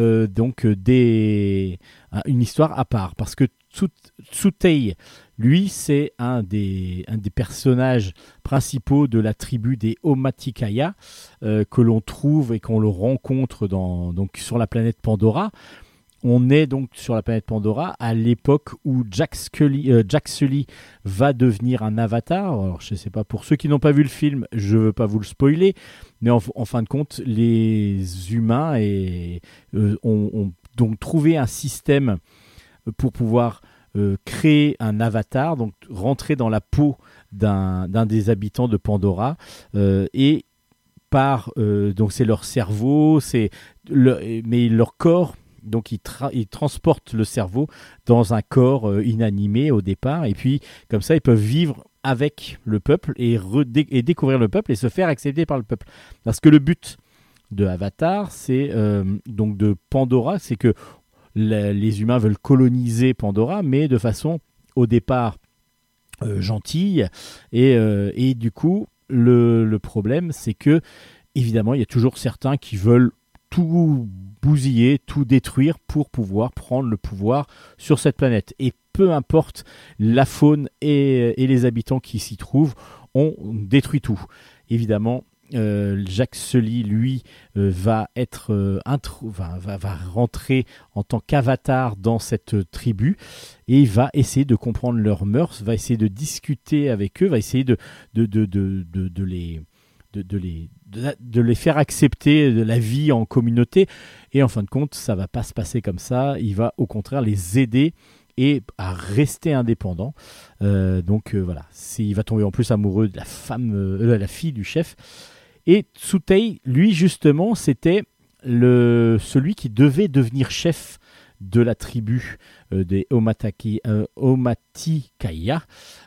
une histoire à part. Parce que Tsutei, lui, c'est un des personnages principaux de la tribu des Omaticaya que l'on trouve et qu'on le rencontre donc sur la planète Pandora. On est donc sur la planète Pandora à l'époque où Jack Sully va devenir un avatar. Alors, je ne sais pas, pour ceux qui n'ont pas vu le film, je ne veux pas vous le spoiler, mais en fin de compte, les humains ont donc trouvé un système pour pouvoir créer un avatar, donc rentrer dans la peau d'un des habitants de Pandora et donc c'est leur cerveau, mais leur corps. Donc ils transportent le cerveau dans un corps inanimé au départ, et puis comme ça ils peuvent vivre avec le peuple et découvrir le peuple et se faire accepter par le peuple. Parce que le but de Avatar, c'est donc de Pandora, c'est que les humains veulent coloniser Pandora, mais de façon au départ gentille, et du coup le problème, c'est que évidemment il y a toujours certains qui veulent tout bousiller, tout détruire pour pouvoir prendre le pouvoir sur cette planète. Et peu importe la faune et les habitants qui s'y trouvent, on détruit tout. Évidemment, Jack Sully, lui, va rentrer en tant qu'avatar dans cette tribu et va essayer de comprendre leurs mœurs, va essayer de discuter avec eux, va essayer de les faire accepter de la vie en communauté. Et en fin de compte, ça va pas se passer comme ça. Il va au contraire les aider et à rester indépendant. Voilà, il va tomber en plus amoureux de la fille du chef. Et Tsutei, lui justement, c'était celui qui devait devenir chef de la tribu des Omaticaya,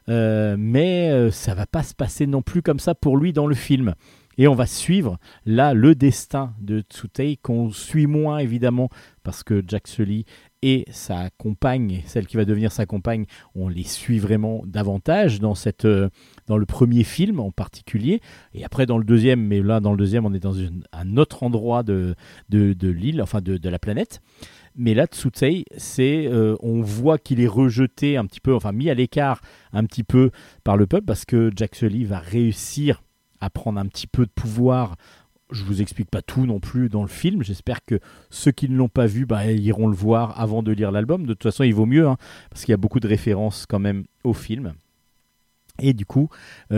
mais ça va pas se passer non plus comme ça pour lui dans le film. Et on va suivre là le destin de Tsutei, qu'on suit moins évidemment parce que Jack Sully et sa compagne, celle qui va devenir sa compagne, on les suit vraiment davantage dans le premier film en particulier, et après dans le deuxième, mais là dans le deuxième on est dans un autre endroit de l'île, enfin de la planète. Mais là, Tsutei, on voit qu'il est rejeté un petit peu, enfin mis à l'écart un petit peu par le peuple, parce que Jack Sully va réussir à prendre un petit peu de pouvoir. Je vous explique pas tout non plus dans le film. J'espère que ceux qui ne l'ont pas vu, ils iront le voir avant de lire l'album. De toute façon, il vaut mieux, parce qu'il y a beaucoup de références quand même au film. Et du coup,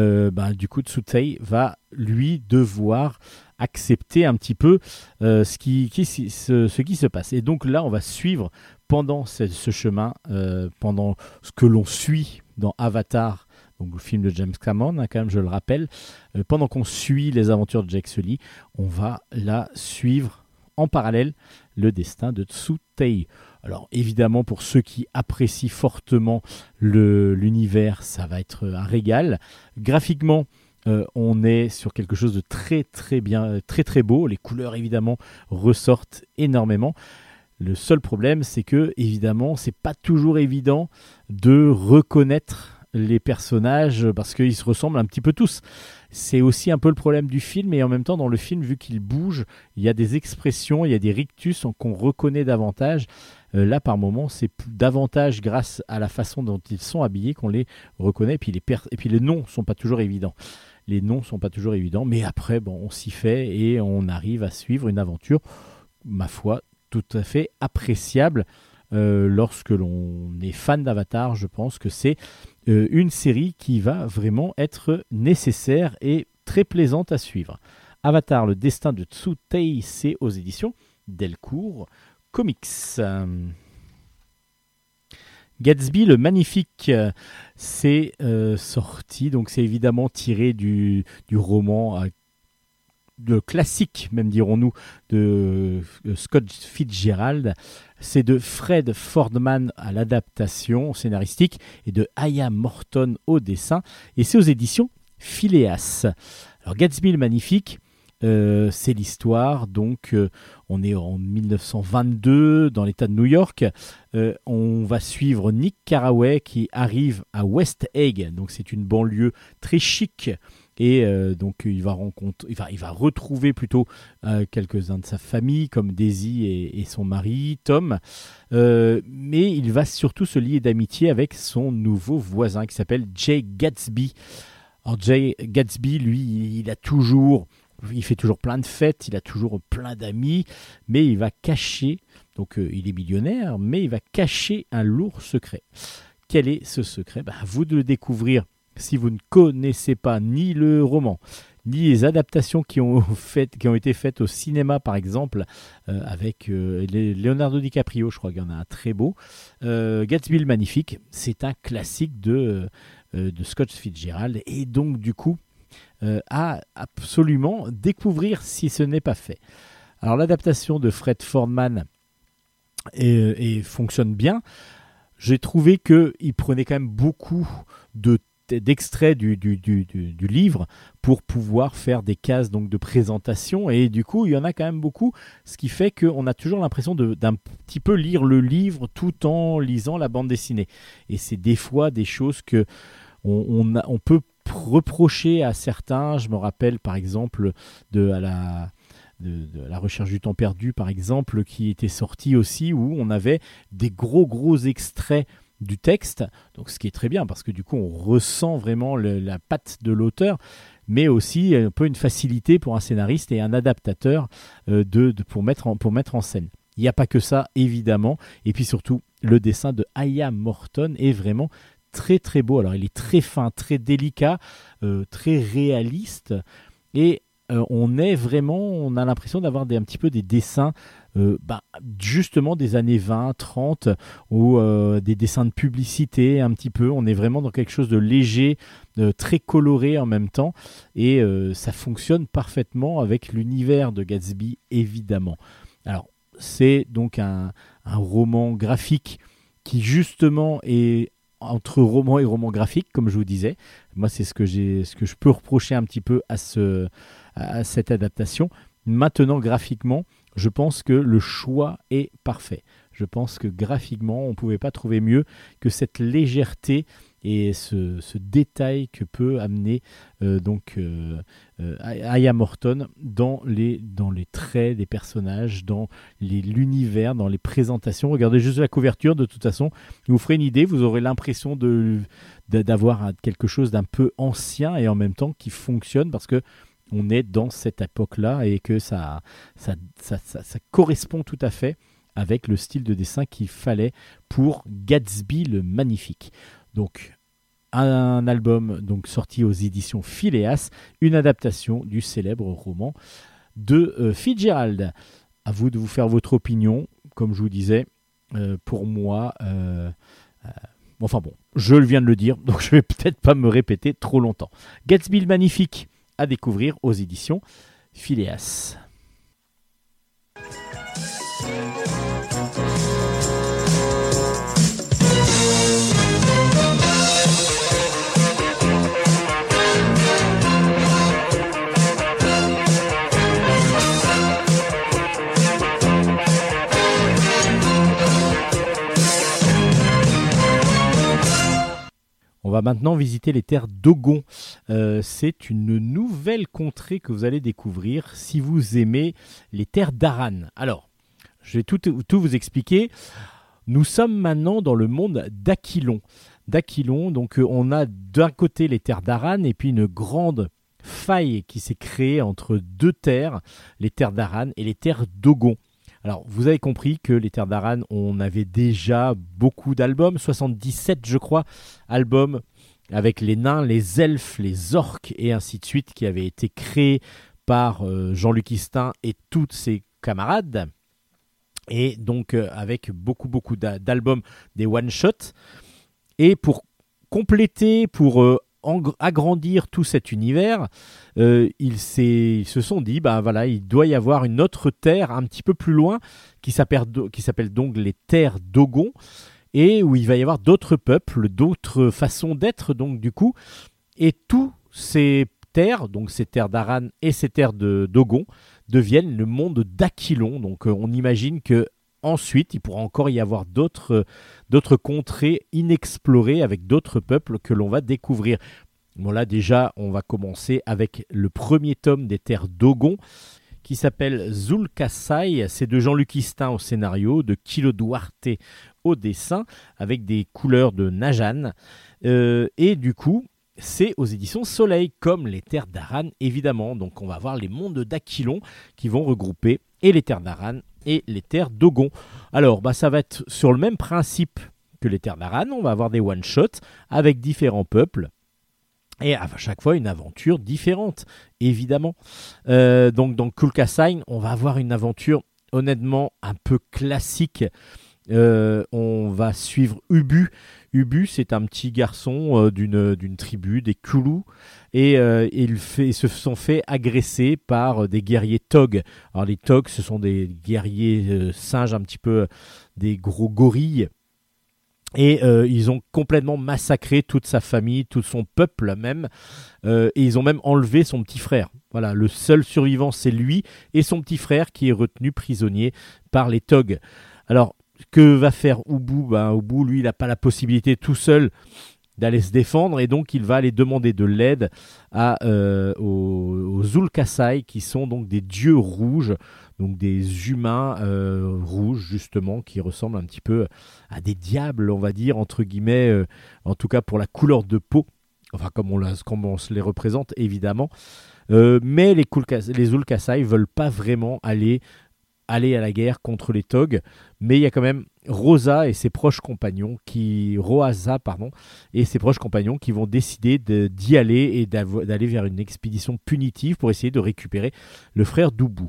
Tsutei va lui devoir accepter un petit peu ce qui se passe. Et donc là, on va suivre pendant ce chemin, pendant ce que l'on suit dans Avatar, donc le film de James Cameron, quand même, je le rappelle, pendant qu'on suit les aventures de Jack Sully, on va là suivre en parallèle le destin de Tsutei. Alors évidemment, pour ceux qui apprécient fortement l'univers, ça va être un régal. Graphiquement, on est sur quelque chose de très très bien, très très beau. Les couleurs évidemment ressortent énormément. Le seul problème, c'est que évidemment, c'est pas toujours évident de reconnaître les personnages parce qu'ils se ressemblent un petit peu tous. C'est aussi un peu le problème du film, et en même temps dans le film, vu qu'il bouge, il y a des expressions, il y a des rictus qu'on reconnaît davantage. Là par moment, c'est davantage grâce à la façon dont ils sont habillés qu'on les reconnaît, et puis les noms sont pas toujours évidents. Mais après on s'y fait et on arrive à suivre une aventure, ma foi, tout à fait appréciable. Lorsque l'on est fan d'Avatar, je pense que c'est une série qui va vraiment être nécessaire et très plaisante à suivre. Avatar, le destin de Tsutei, c'est aux éditions Delcourt Comics. Gatsby le Magnifique, c'est sorti, donc c'est évidemment tiré du roman de classique, même dirons-nous, de Scott Fitzgerald. C'est de Fred Fordman à l'adaptation scénaristique et de Aya Morton au dessin, et c'est aux éditions Phileas. Alors Gatsby le Magnifique, C'est l'histoire, donc on est en 1922 dans l'État de New York. On va suivre Nick Carraway qui arrive à West Egg, donc c'est une banlieue très chic. Et donc il va retrouver plutôt quelques-uns de sa famille comme Daisy et son mari Tom, mais il va surtout se lier d'amitié avec son nouveau voisin qui s'appelle Jay Gatsby. Alors Jay Gatsby, lui, il fait toujours plein de fêtes, il a toujours plein d'amis, mais il va cacher, donc il est millionnaire, mais il va cacher un lourd secret. Quel est ce secret ? À vous de le découvrir. Si vous ne connaissez pas ni le roman, ni les adaptations qui ont été faites au cinéma, par exemple, avec Leonardo DiCaprio, je crois qu'il y en a un très beau. Gatsby le Magnifique, c'est un classique de Scott Fitzgerald, et donc du coup, à absolument découvrir si ce n'est pas fait. Alors l'adaptation de Fred Fordman fonctionne bien. J'ai trouvé qu'il prenait quand même beaucoup d'extraits du livre pour pouvoir faire des cases donc de présentation, et du coup il y en a quand même beaucoup, ce qui fait qu'on a toujours l'impression d'un petit peu lire le livre tout en lisant la bande dessinée, et c'est des fois des choses que on peut reprocher à certains. Je me rappelle par exemple de la recherche du temps perdu, par exemple, qui était sorti aussi, où on avait des gros extraits du texte, donc ce qui est très bien parce que du coup on ressent vraiment la patte de l'auteur, mais aussi un peu une facilité pour un scénariste et un adaptateur pour mettre en scène. Il n'y a pas que ça évidemment, et puis surtout le dessin de Aya Morton est vraiment très très beau. Alors il est très fin, très délicat, très réaliste, et on a l'impression d'avoir un petit peu des dessins justement des années 20, 30, ou des dessins de publicité un petit peu. On est vraiment dans quelque chose de léger, très coloré en même temps, et ça fonctionne parfaitement avec l'univers de Gatsby évidemment. Alors c'est donc un roman graphique qui justement est entre roman et roman graphique, comme je vous disais. Moi c'est ce que je peux reprocher un petit peu à cette adaptation. Maintenant graphiquement, je pense que le choix est parfait. Je pense que graphiquement, on ne pouvait pas trouver mieux que cette légèreté et ce détail que peut amener Aya Morton dans les traits des personnages, dans l'univers, dans les présentations. Regardez juste la couverture, de toute façon, vous ferez une idée, vous aurez l'impression d'avoir quelque chose d'un peu ancien et en même temps qui fonctionne, parce que on est dans cette époque-là et que ça correspond tout à fait avec le style de dessin qu'il fallait pour Gatsby le Magnifique. Donc, un album donc sorti aux éditions Phileas, une adaptation du célèbre roman de Fitzgerald. À vous de vous faire votre opinion. Comme je vous disais, pour moi, je viens de le dire, donc je vais peut-être pas me répéter trop longtemps. Gatsby le Magnifique, à découvrir aux éditions Phileas. On va maintenant visiter les terres d'Ogon. C'est une nouvelle contrée que vous allez découvrir si vous aimez les terres d'Aran. Alors, je vais tout vous expliquer. Nous sommes maintenant dans le monde d'Aquilon. Donc on a d'un côté les terres d'Aran et puis une grande faille qui s'est créée entre deux terres, les terres d'Aran et les terres d'Ogon. Alors, vous avez compris que les Terres d'Aran, on avait déjà beaucoup d'albums, 77 je crois, albums avec les nains, les elfes, les orques et ainsi de suite, qui avaient été créés par Jean-Luc Istin et tous ses camarades. Et donc avec beaucoup d'albums, des one-shots. Et pour compléter, pour agrandir tout cet univers, ils se sont dit, il doit y avoir une autre terre un petit peu plus loin qui s'appelle donc les terres d'Ogon, et où il va y avoir d'autres peuples, d'autres façons d'être, donc du coup, et tous ces terres, donc ces terres d'Aran et ces terres de Dogon, deviennent le monde d'Aquilon. Donc on imagine que ensuite, il pourra encore y avoir d'autres contrées inexplorées avec d'autres peuples que l'on va découvrir. Bon là déjà, on va commencer avec le premier tome des terres Dogon qui s'appelle Zul'Kasai. C'est de Jean-Luc Istin au scénario, de Kilo Duarte au dessin, avec des couleurs de Najan. Et du coup, c'est aux éditions Soleil, comme les terres d'Aran évidemment. Donc on va voir les mondes d'Aquilon qui vont regrouper et les terres d'Aran et les terres Dogon. Alors ça va être sur le même principe que les terres d'Aran. On va avoir des one-shots avec différents peuples et à chaque fois une aventure différente, évidemment. Donc dans Zul'Kasai, on va avoir une aventure honnêtement un peu classique. On va suivre Ubu. Ubu, c'est un petit garçon d'une tribu, des Kulu, et ils se sont fait agresser par des guerriers Tog. Alors les Tog, ce sont des guerriers singes, un petit peu des gros gorilles, et ils ont complètement massacré toute sa famille, tout son peuple même, et ils ont même enlevé son petit frère. Voilà, le seul survivant, c'est lui et son petit frère qui est retenu prisonnier par les Tog. Alors, que va faire Ubu ? Ubu, lui, il n'a pas la possibilité tout seul d'aller se défendre et donc il va aller demander de l'aide aux Zul'Kasai qui sont donc des dieux rouges, donc des humains rouges justement qui ressemblent un petit peu à des diables, on va dire, entre guillemets, en tout cas pour la couleur de peau, enfin comme on se les représente évidemment. Mais les Zul'Kasai ne veulent pas vraiment aller à la guerre contre les Tog, mais il y a quand même Roasa et ses proches compagnons qui vont décider d'y aller et d'aller vers une expédition punitive pour essayer de récupérer le frère d'Ubu.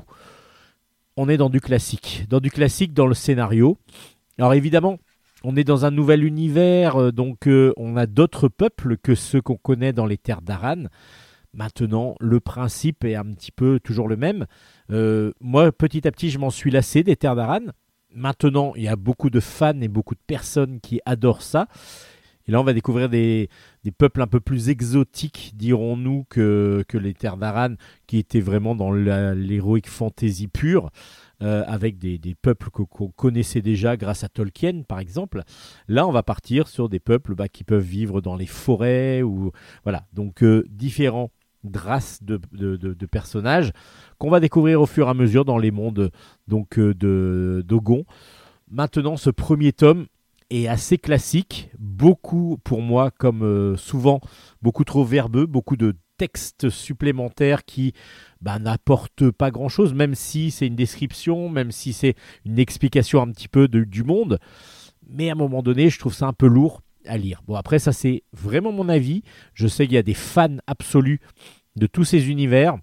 On est dans du classique dans le scénario. Alors évidemment, on est dans un nouvel univers, donc on a d'autres peuples que ceux qu'on connaît dans les terres d'Aran. Maintenant, le principe est un petit peu toujours le même. Moi, petit à petit, je m'en suis lassé des terres d'Aran. Maintenant, il y a beaucoup de fans et beaucoup de personnes qui adorent ça. Et là, on va découvrir des peuples un peu plus exotiques, dirons-nous, que les terres d'Aran, qui étaient vraiment dans l'heroic fantasy pure, avec des peuples qu'on connaissait déjà grâce à Tolkien, par exemple. Là, on va partir sur des peuples qui peuvent vivre dans les forêts. Voilà, donc différents races de personnages qu'on va découvrir au fur et à mesure dans les mondes donc, de Dogon. Maintenant, ce premier tome est assez classique, beaucoup pour moi, comme souvent, beaucoup trop verbeux, beaucoup de textes supplémentaires qui n'apportent pas grand-chose, même si c'est une description, même si c'est une explication un petit peu du monde. Mais à un moment donné, je trouve ça un peu lourd à lire. Bon, après, ça, c'est vraiment mon avis. Je sais qu'il y a des fans absolus de tous ces univers.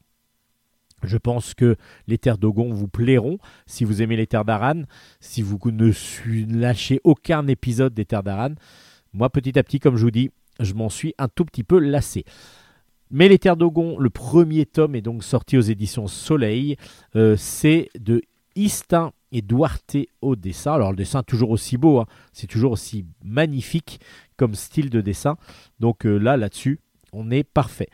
Je pense que les terres Dogon vous plairont si vous aimez les terres d'Aran, si vous ne lâchez aucun épisode des terres d'Aran. Moi, petit à petit, comme je vous dis, je m'en suis un tout petit peu lassé. Mais les terres Dogon, le premier tome est donc sorti aux éditions Soleil. C'est de Istin et Duarte au dessin. Alors le dessin est toujours aussi beau, c'est toujours aussi magnifique comme style de dessin. Donc là-dessus, on est parfait.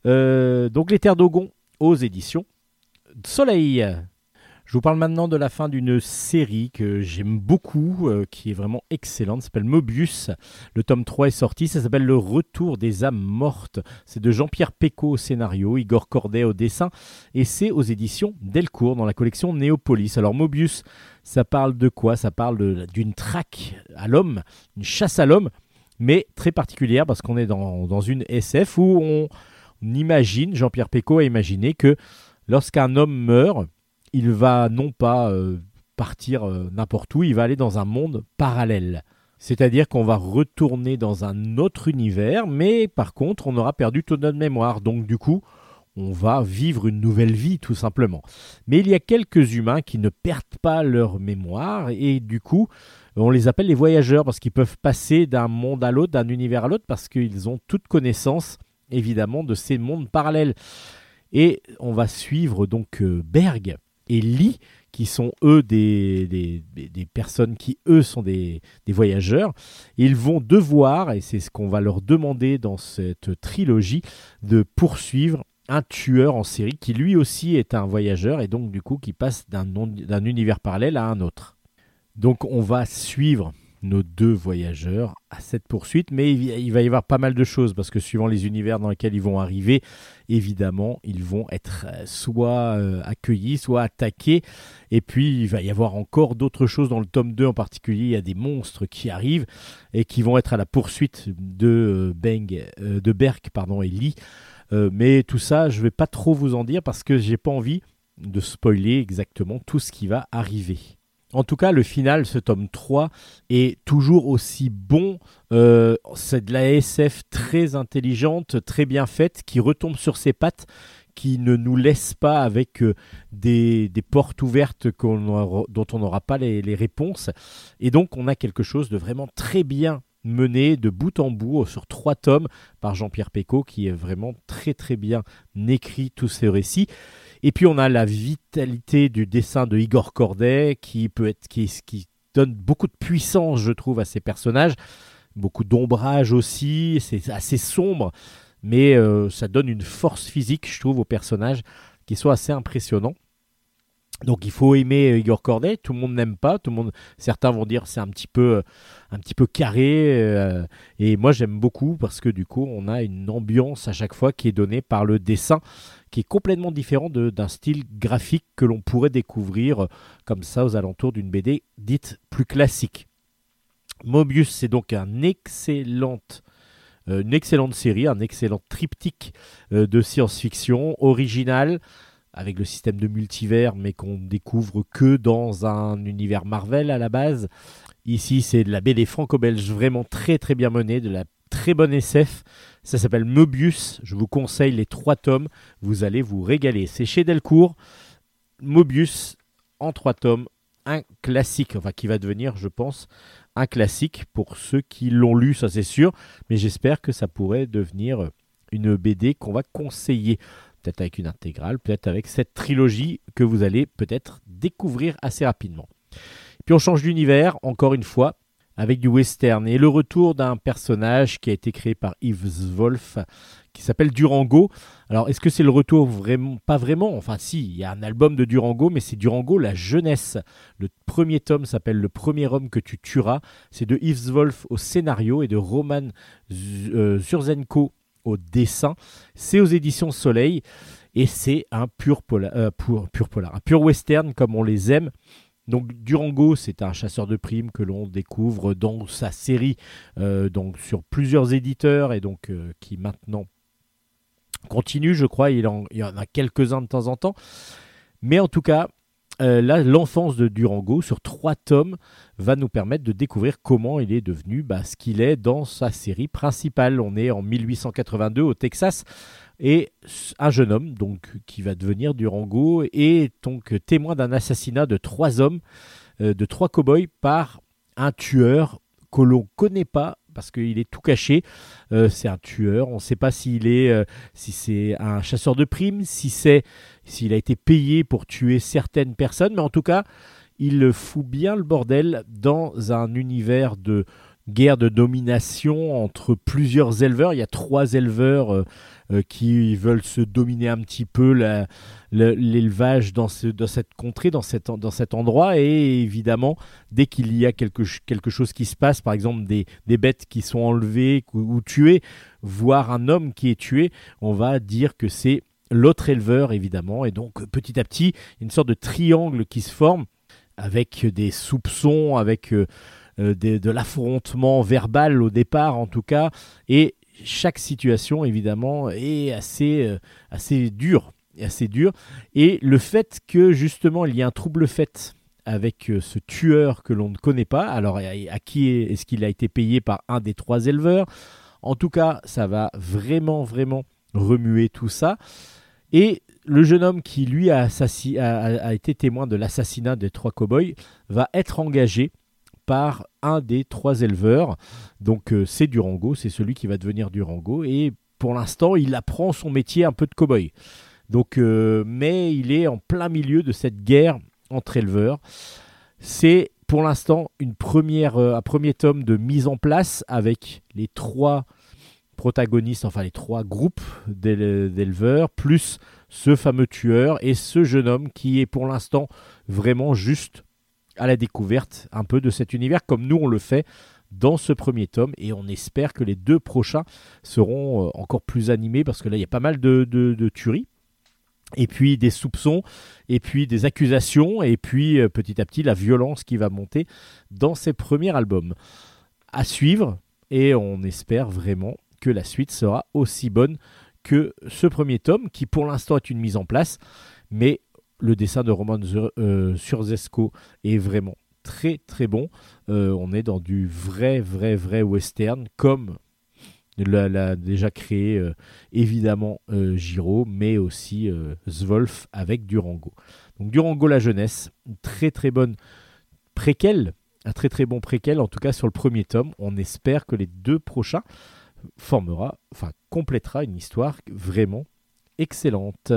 Donc les terres Dogon aux éditions Soleil. Je vous parle maintenant de la fin d'une série que j'aime beaucoup, qui est vraiment excellente, ça s'appelle Mobius. Le tome 3 est sorti, ça s'appelle Le Retour des âmes mortes. C'est de Jean-Pierre Pécaud au scénario, Igor Corday au dessin, et c'est aux éditions Delcourt dans la collection Néopolis. Alors Mobius, ça parle de quoi ? Ça parle d'une traque à l'homme, une chasse à l'homme, mais très particulière parce qu'on est dans une SF où on imagine, Jean-Pierre Pécaud a imaginé que lorsqu'un homme meurt, il va non pas partir n'importe où, il va aller dans un monde parallèle. C'est-à-dire qu'on va retourner dans un autre univers, mais par contre, on aura perdu toute notre mémoire. Donc du coup, on va vivre une nouvelle vie, tout simplement. Mais il y a quelques humains qui ne perdent pas leur mémoire, et du coup, on les appelle les voyageurs, parce qu'ils peuvent passer d'un monde à l'autre, d'un univers à l'autre, parce qu'ils ont toute connaissance, évidemment, de ces mondes parallèles. Et on va suivre donc Berg et Lee, qui sont eux des personnes qui eux sont des voyageurs. Ils vont devoir, et c'est ce qu'on va leur demander dans cette trilogie, de poursuivre un tueur en série qui lui aussi est un voyageur et donc du coup qui passe d'un univers parallèle à un autre. Donc on va suivre nos 2 voyageurs à cette poursuite, mais il va y avoir pas mal de choses parce que suivant les univers dans lesquels ils vont arriver, évidemment, ils vont être soit accueillis, soit attaqués, et puis il va y avoir encore d'autres choses dans le tome 2 en particulier. Il y a des monstres qui arrivent et qui vont être à la poursuite de Berk et Lee, mais tout ça, je ne vais pas trop vous en dire parce que j'ai pas envie de spoiler exactement tout ce qui va arriver. En tout cas, le final, ce tome 3, est toujours aussi bon. C'est de la SF très intelligente, très bien faite, qui retombe sur ses pattes, qui ne nous laisse pas avec des portes ouvertes dont on n'aura pas les réponses. Et donc, on a quelque chose de vraiment très bien mené de bout en bout sur 3 tomes par Jean-Pierre Pecot, qui est vraiment très très bien écrit tous ces récits. Et puis on a la vitalité du dessin de Igor Corday qui donne beaucoup de puissance, je trouve, à ces personnages, beaucoup d'ombrage aussi, c'est assez sombre, mais ça donne une force physique, je trouve, aux personnages qui sont assez impressionnants. Donc il faut aimer Igor Corday, tout le monde n'aime pas, certains vont dire c'est un petit peu carré, et moi j'aime beaucoup parce que du coup on a une ambiance à chaque fois qui est donnée par le dessin, qui est complètement différent d'un style graphique que l'on pourrait découvrir comme ça aux alentours d'une BD dite plus classique. Mobius, c'est donc une excellente série, un excellent triptyque de science-fiction original, avec le système de multivers, mais qu'on découvre que dans un univers Marvel à la base. Ici, c'est de la BD franco-belge vraiment très très bien menée, de la très bonne SF. Ça s'appelle Mobius. Je vous conseille les 3 tomes. Vous allez vous régaler. C'est chez Delcourt. Mobius en 3 tomes. Un classique, enfin qui va devenir, je pense, un classique pour ceux qui l'ont lu, ça c'est sûr. Mais j'espère que ça pourrait devenir une BD qu'on va conseiller. Peut-être avec une intégrale, peut-être avec cette trilogie que vous allez peut-être découvrir assez rapidement. Puis on change d'univers, encore une fois, avec du western. Et le retour d'un personnage qui a été créé par Yves Wolf, qui s'appelle Durango. Alors, est-ce que c'est le retour vraiment? Pas vraiment. Enfin, si, il y a un album de Durango, mais c'est Durango, la jeunesse. Le premier tome s'appelle Le premier homme que tu tueras. C'est de Yves Wolf au scénario et de Roman Zurzenko au dessin. C'est aux éditions Soleil et c'est un pur western comme on les aime. Donc Durango, c'est un chasseur de primes que l'on découvre dans sa série donc sur plusieurs éditeurs et donc qui maintenant continue, je crois. Il y en a quelques-uns de temps en temps, mais en tout cas là, l'enfance de Durango sur 3 tomes va nous permettre de découvrir comment il est devenu ce qu'il est dans sa série principale. On est en 1882 au Texas et un jeune homme donc, qui va devenir Durango est donc témoin d'un assassinat de 3 hommes, de 3 cow-boys par un tueur que l'on ne connaît pas parce qu'il est tout caché. C'est un tueur, on ne sait pas si c'est un chasseur de primes, s'il a été payé pour tuer certaines personnes, mais en tout cas, il fout bien le bordel dans un univers de guerre de domination entre plusieurs éleveurs. Il y a 3 éleveurs qui veulent se dominer un petit peu l'élevage dans cette contrée, dans cet endroit. Et évidemment, dès qu'il y a quelque chose qui se passe, par exemple des bêtes qui sont enlevées ou tuées, voire un homme qui est tué, on va dire que c'est l'autre éleveur, évidemment. Et donc, petit à petit, une sorte de triangle qui se forme avec des soupçons, avec de l'affrontement verbal au départ, en tout cas. Et chaque situation, évidemment, est assez dure. Et le fait que, justement, il y ait un trouble fait avec ce tueur que l'on ne connaît pas, alors à qui est-ce qu'il a été payé par un des 3 éleveurs? En tout cas, ça va vraiment, vraiment remuer tout ça. Et le jeune homme qui, lui, a été témoin de l'assassinat des 3 cow-boys va être engagé par un des 3 éleveurs. Donc c'est Durango, c'est celui qui va devenir Durango. Et pour l'instant, il apprend son métier un peu de cow-boy. Donc, mais il est en plein milieu de cette guerre entre éleveurs. C'est pour l'instant un premier tome de mise en place avec les 3 protagonistes, enfin les 3 groupes d'éleveurs, plus ce fameux tueur et ce jeune homme qui est pour l'instant vraiment juste à la découverte un peu de cet univers, comme nous on le fait dans ce premier tome, et on espère que les 2 prochains seront encore plus animés, parce que là il y a pas mal de tueries, et puis des soupçons, et puis des accusations, et puis petit à petit la violence qui va monter dans ces premiers albums. À suivre, et on espère vraiment que la suite sera aussi bonne que ce premier tome, qui pour l'instant est une mise en place, mais le dessin de Roman Surzewsko est vraiment très très bon. On est dans du vrai western, comme l'a déjà créé évidemment Giro, mais aussi Zwolf avec Durango. Donc Durango la jeunesse, une très très bonne préquelle, un très très bon préquel, en tout cas sur le premier tome. On espère que les 2 prochains complétera une histoire vraiment excellente.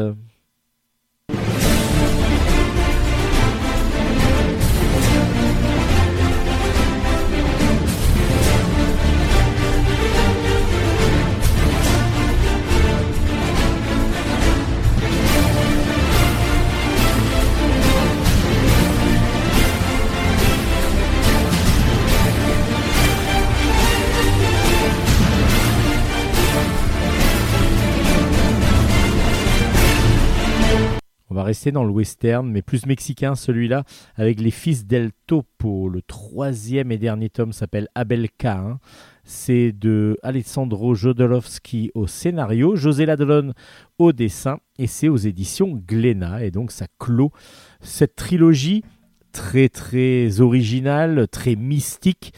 On va rester dans le western, mais plus mexicain celui-là, avec les fils del Topo. Le 3e et dernier tome s'appelle Abel Cain. C'est de Alessandro Jodorowsky au scénario, José Ladrón au dessin, et c'est aux éditions Glénat. Et donc ça clôt cette trilogie très très originale, très mystique,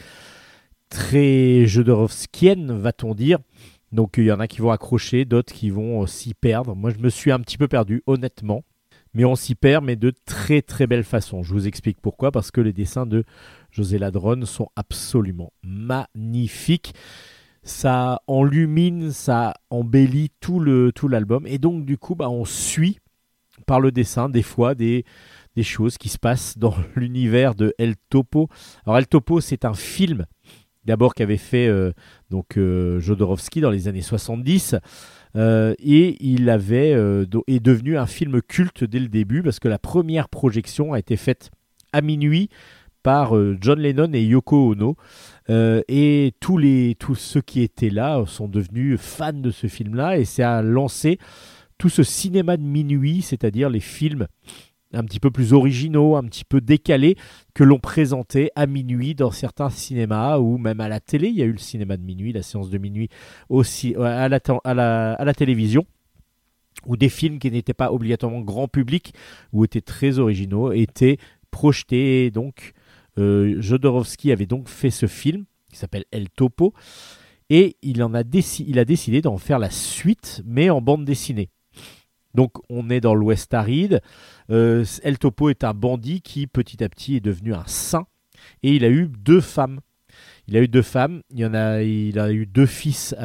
très jodorowskienne, va-t-on dire. Donc il y en a qui vont accrocher, d'autres qui vont s'y perdre. Moi je me suis un petit peu perdu, honnêtement. Mais on s'y perd, mais de très très belle façon. Je vous explique pourquoi, parce que les dessins de José Ladrón sont absolument magnifiques. Ça enlumine, ça embellit tout l'album. Et donc du coup, on suit par le dessin des fois des choses qui se passent dans l'univers de El Topo. Alors El Topo, c'est un film d'abord qu'avait fait Jodorowsky dans les années 70. Et il est devenu un film culte dès le début, parce que la première projection a été faite à minuit par John Lennon et Yoko Ono, et tous ceux qui étaient là sont devenus fans de ce film-là, et ça a lancé tout ce cinéma de minuit, c'est-à-dire les films un petit peu plus originaux, un petit peu décalés, que l'on présentait à minuit dans certains cinémas, ou même à la télé. Il y a eu le cinéma de minuit, la séance de minuit aussi à la télévision, où des films qui n'étaient pas obligatoirement grand public, ou étaient très originaux, étaient projetés. Et donc Jodorowsky avait donc fait ce film qui s'appelle El Topo, et il a décidé d'en faire la suite, mais en bande dessinée. Donc on est dans l'Ouest aride. El Topo est un bandit qui petit à petit est devenu un saint, et il a eu 2 femmes. Il a eu 2 fils,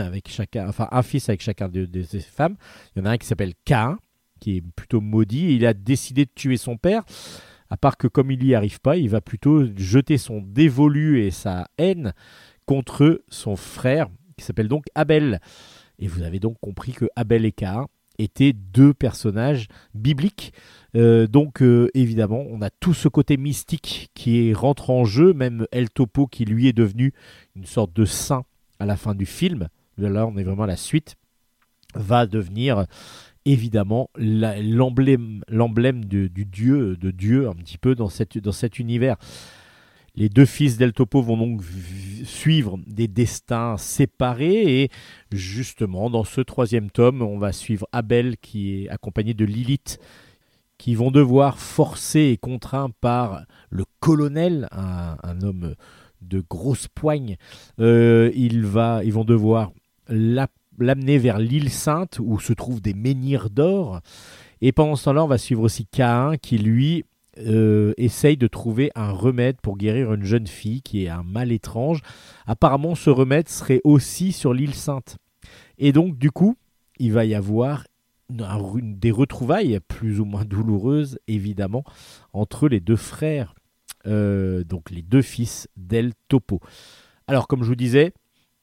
un fils avec chacun de ses femmes. Il y en a un qui s'appelle Cain, qui est plutôt maudit, et il a décidé de tuer son père. À part que comme il n'y arrive pas, il va plutôt jeter son dévolu et sa haine contre son frère, qui s'appelle donc Abel. Et vous avez donc compris que Abel et Cain étaient 2 personnages bibliques. Donc évidemment, on a tout ce côté mystique qui rentre en jeu, même El Topo qui lui est devenu une sorte de saint à la fin du film. Là, on est vraiment à la suite, va devenir évidemment l'emblème de Dieu un petit peu dans cet univers. Les 2 fils d'El Topo vont donc suivre des destins séparés, et justement dans ce 3e tome, on va suivre Abel qui est accompagné de Lilith, qui vont devoir forcer et contraints par le colonel, un homme de grosse poigne. Ils vont devoir l'amener vers l'île Sainte, où se trouvent des menhirs d'or. Et pendant ce temps-là, on va suivre aussi Cain, qui lui essaye de trouver un remède pour guérir une jeune fille qui est un mal étrange. Apparemment, ce remède serait aussi sur l'île Sainte. Et donc, du coup, il va y avoir des retrouvailles plus ou moins douloureuses, évidemment, entre les 2 frères, donc les 2 fils d'El Topo. Alors, comme je vous disais,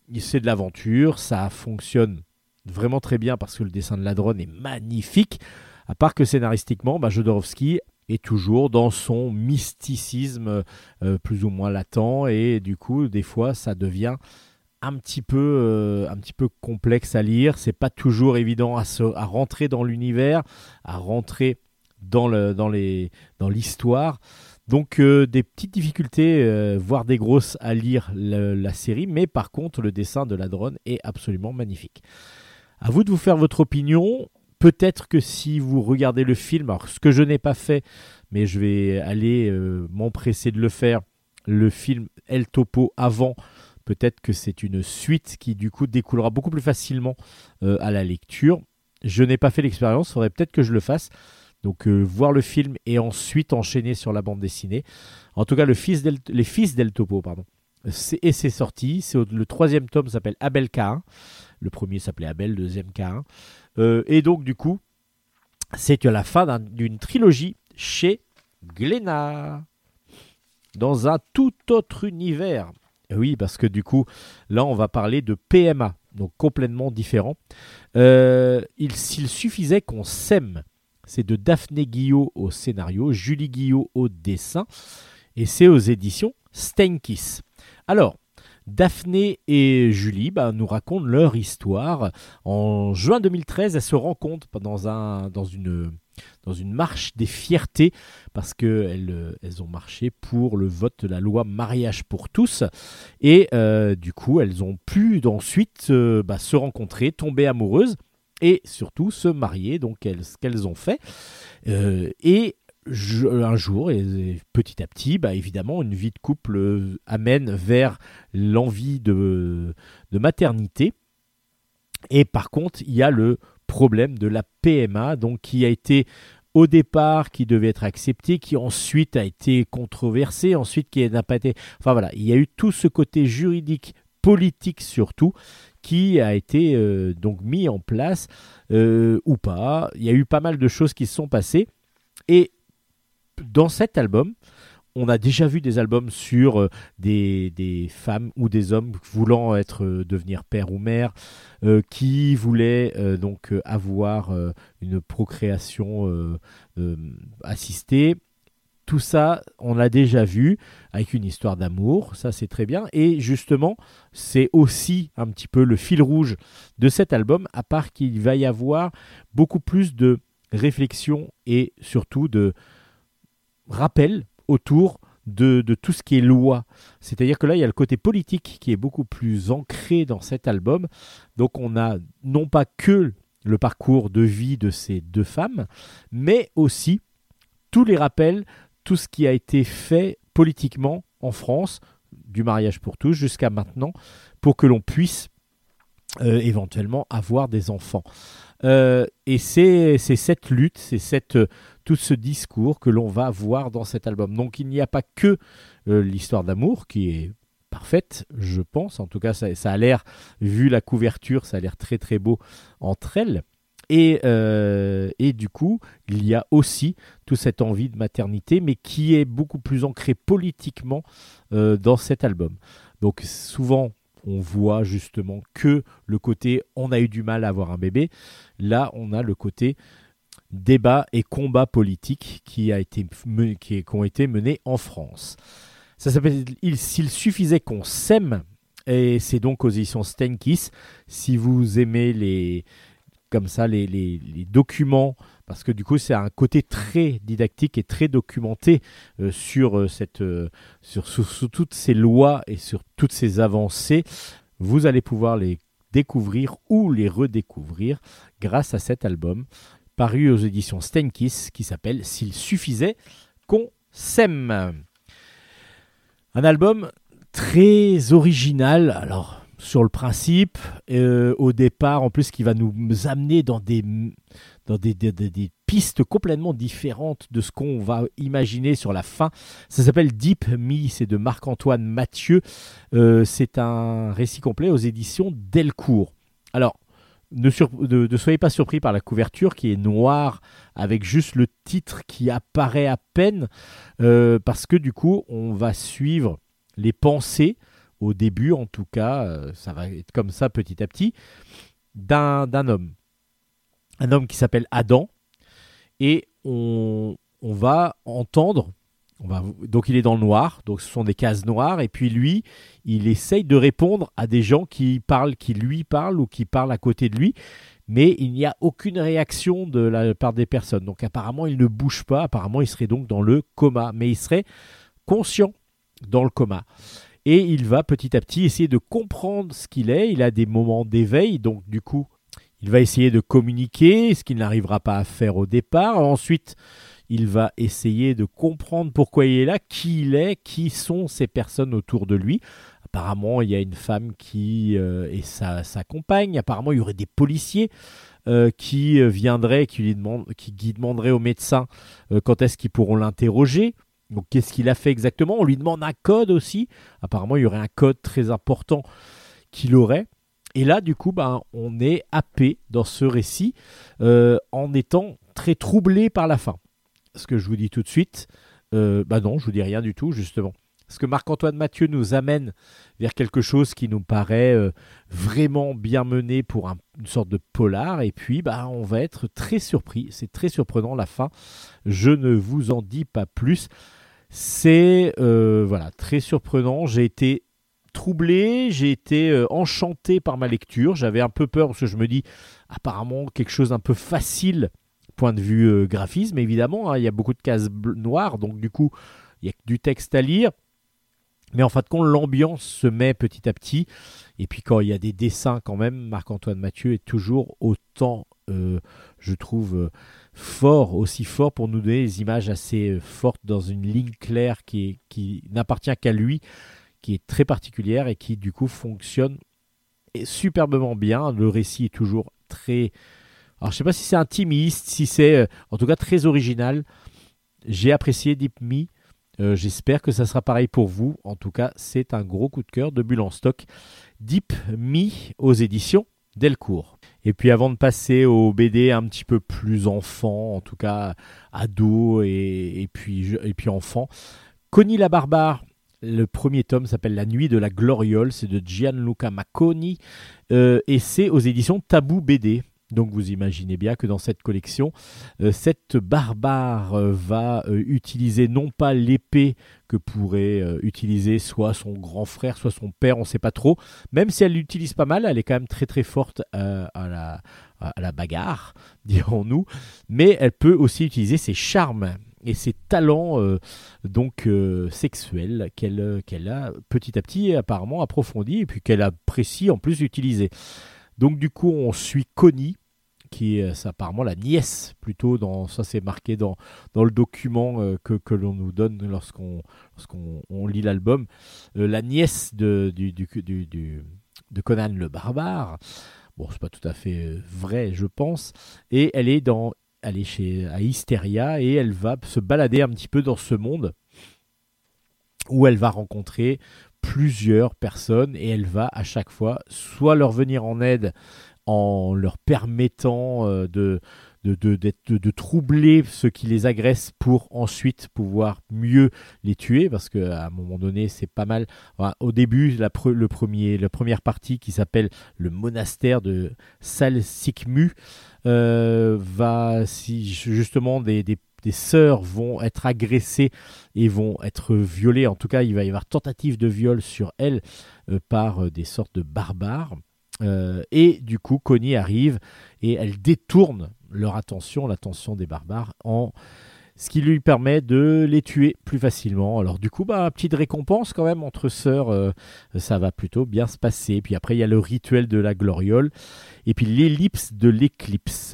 c'est de l'aventure, ça fonctionne vraiment très bien parce que le dessin de Ladron est magnifique, à part que scénaristiquement, Jodorowsky est toujours dans son mysticisme plus ou moins latent, et du coup, des fois, ça devient un petit peu complexe à lire. C'est pas toujours évident à rentrer dans l'univers, à rentrer dans l'histoire. Donc des petites difficultés, voire des grosses, à lire la série, mais par contre le dessin de Ladron est absolument magnifique. À vous de vous faire votre opinion. Peut-être que si vous regardez le film, alors ce que je n'ai pas fait, mais je vais aller m'empresser de le faire, le film El Topo avant, peut-être que c'est une suite qui du coup découlera beaucoup plus facilement à la lecture. Je n'ai pas fait l'expérience, il faudrait peut-être que je le fasse. Donc voir le film et ensuite enchaîner sur la bande dessinée. En tout cas, les fils d'El Topo, pardon. C'est sorti. Le 3e tome s'appelle Abel K1. Le premier s'appelait Abel, le 2e K1. Et donc du coup, c'est à la fin d'une trilogie chez Glénat, dans un tout autre univers. Oui, parce que du coup, là, on va parler de PMA, donc complètement différent. S'il suffisait qu'on s'aime. C'est de Daphné Guillot au scénario, Julie Guillot au dessin, et c'est aux éditions Steinkiss. Alors, Daphné et Julie nous racontent leur histoire. En juin 2013, elles se rencontrent dans une marche des fiertés, parce qu'elles ont marché pour le vote de la loi mariage pour tous, et du coup elles ont pu ensuite se rencontrer, tomber amoureuses et surtout se marier. Donc ce qu'elles ont fait, et un jour, et petit à petit, évidemment, une vie de couple amène vers l'envie de maternité. Et par contre, il y a le problème de la PMA, donc qui a été au départ, qui devait être accepté, qui ensuite a été controversé, ensuite qui n'a pas été... Enfin voilà, il y a eu tout ce côté juridique, politique surtout, qui a été donc mis en place, ou pas. Il y a eu pas mal de choses qui se sont passées. Et dans cet album, on a déjà vu des albums sur des femmes ou des hommes voulant devenir père ou mère, qui voulaient donc avoir une procréation assistée. Tout ça, on l'a déjà vu avec une histoire d'amour, ça c'est très bien. Et justement, c'est aussi un petit peu le fil rouge de cet album, à part qu'il va y avoir beaucoup plus de réflexion et surtout de rappel autour de tout ce qui est loi. C'est-à-dire que là, il y a le côté politique qui est beaucoup plus ancré dans cet album. Donc on a non pas que le parcours de vie de ces deux femmes, mais aussi tous les rappels, tout ce qui a été fait politiquement en France, du mariage pour tous jusqu'à maintenant, pour que l'on puisse éventuellement avoir des enfants. Et c'est cette lutte, c'est tout ce discours que l'on va voir dans cet album. Donc il n'y a pas que l'histoire d'amour qui est parfaite, je pense. En tout cas, ça a l'air, vu la couverture, ça a l'air très très beau entre elles. Et du coup, il y a aussi toute cette envie de maternité, mais qui est beaucoup plus ancrée politiquement dans cet album. Donc souvent, on voit justement que le côté « on a eu du mal à avoir un bébé ». Là, on a le côté débat et combat politique qui ont été menés en France. Ça s'appelle « S'il suffisait qu'on s'aime », et c'est donc aux éditions Steinkiss. Si vous aimez les documents, parce que du coup c'est un côté très didactique et très documenté sur toutes ces lois et sur toutes ces avancées, vous allez pouvoir les découvrir ou les redécouvrir grâce à cet album paru aux éditions Steinkiss qui s'appelle « S'il suffisait qu'on s'aime ». Un album très original, alors sur le principe, au départ, en plus, qui va nous amener dans des pistes complètement différentes de ce qu'on va imaginer sur la fin. Ça s'appelle Deep Me, c'est de Marc-Antoine Mathieu. C'est un récit complet aux éditions Delcourt. Alors, ne soyez pas surpris par la couverture qui est noire, avec juste le titre qui apparaît à peine, parce que du coup, on va suivre les pensées au début en tout cas, ça va être comme ça petit à petit, d'un homme. Un homme qui s'appelle Adam, et on va entendre, donc il est dans le noir, donc ce sont des cases noires, et puis lui, il essaye de répondre à des gens qui lui parlent ou qui parlent à côté de lui, mais il n'y a aucune réaction de la part des personnes. Donc apparemment, il ne bouge pas, apparemment il serait donc dans le coma, mais il serait conscient dans le coma. Et il va petit à petit essayer de comprendre ce qu'il est, il a des moments d'éveil, donc du coup, il va essayer de communiquer, ce qu'il n'arrivera pas à faire au départ. Ensuite, il va essayer de comprendre pourquoi il est là, qui il est, qui sont ces personnes autour de lui. Apparemment, il y a une femme qui est sa compagne. Apparemment, il y aurait des policiers qui viendraient, qui demanderaient au médecin quand est-ce qu'ils pourront l'interroger. Donc, qu'est-ce qu'il a fait exactement ? On lui demande un code aussi. Apparemment, il y aurait un code très important qu'il aurait. Et là, du coup, on est happé dans ce récit en étant très troublé par la fin. Ce que je vous dis tout de suite, non, je vous dis rien du tout, justement. Parce que Marc-Antoine Mathieu nous amène vers quelque chose qui nous paraît vraiment bien mené pour une sorte de polar. Et puis, on va être très surpris. C'est très surprenant, la fin. Je ne vous en dis pas plus. C'est très surprenant. J'ai été troublé, j'ai été enchanté par ma lecture. J'avais un peu peur parce que je me dis, apparemment, quelque chose un peu facile, point de vue graphisme, évidemment. Il y a beaucoup de cases noires, donc du coup, il y a du texte à lire. Mais en fin de compte, l'ambiance se met petit à petit. Et puis quand il y a des dessins quand même, Marc-Antoine Mathieu est toujours autant, je trouve, aussi fort pour nous donner des images assez fortes dans une ligne claire qui n'appartient qu'à lui, qui est très particulière et qui du coup fonctionne superbement bien. Le récit est toujours très... Alors je ne sais pas si c'est intimiste, si c'est en tout cas très original. J'ai apprécié Deep Me. J'espère que ça sera pareil pour vous. En tout cas, c'est un gros coup de cœur de Bulle en stock. Deep Me aux éditions Delcourt. Et puis avant de passer au BD un petit peu plus enfant, en tout cas ado et puis enfant, Connie la Barbare. Le premier tome s'appelle La Nuit de la Gloriole, c'est de Gianluca Macconi et c'est aux éditions Tabou BD. Donc vous imaginez bien que dans cette collection, cette barbare va utiliser non pas l'épée que pourrait utiliser soit son grand frère, soit son père, on ne sait pas trop. Même si elle l'utilise pas mal, elle est quand même très très forte à la bagarre, dirons-nous. Mais elle peut aussi utiliser ses charmes et ses talents sexuels qu'elle a petit à petit apparemment approfondis et puis qu'elle apprécie en plus d'utiliser. Donc du coup on suit Connie, qui est apparemment la nièce plutôt, ça c'est marqué dans le document que l'on nous donne lorsqu'on lit l'album, la nièce de Conan le Barbare. Bon, c'est pas tout à fait vrai, je pense. Et elle est à Hysteria et elle va se balader un petit peu dans ce monde où elle va rencontrer plusieurs personnes et elle va à chaque fois soit leur venir en aide en leur permettant de troubler ceux qui les agressent pour ensuite pouvoir mieux les tuer, parce qu'à un moment donné c'est pas mal. Enfin, au début la première partie qui s'appelle le monastère de Salsikmu justement des sœurs vont être agressées et vont être violées. En tout cas, il va y avoir tentative de viol sur elles par des sortes de barbares. Et du coup, Connie arrive et elle détourne l'attention des barbares, ce qui lui permet de les tuer plus facilement. Alors du coup, petite récompense quand même entre sœurs, ça va plutôt bien se passer. Puis après, il y a le rituel de la gloriole et puis l'ellipse de l'éclipse.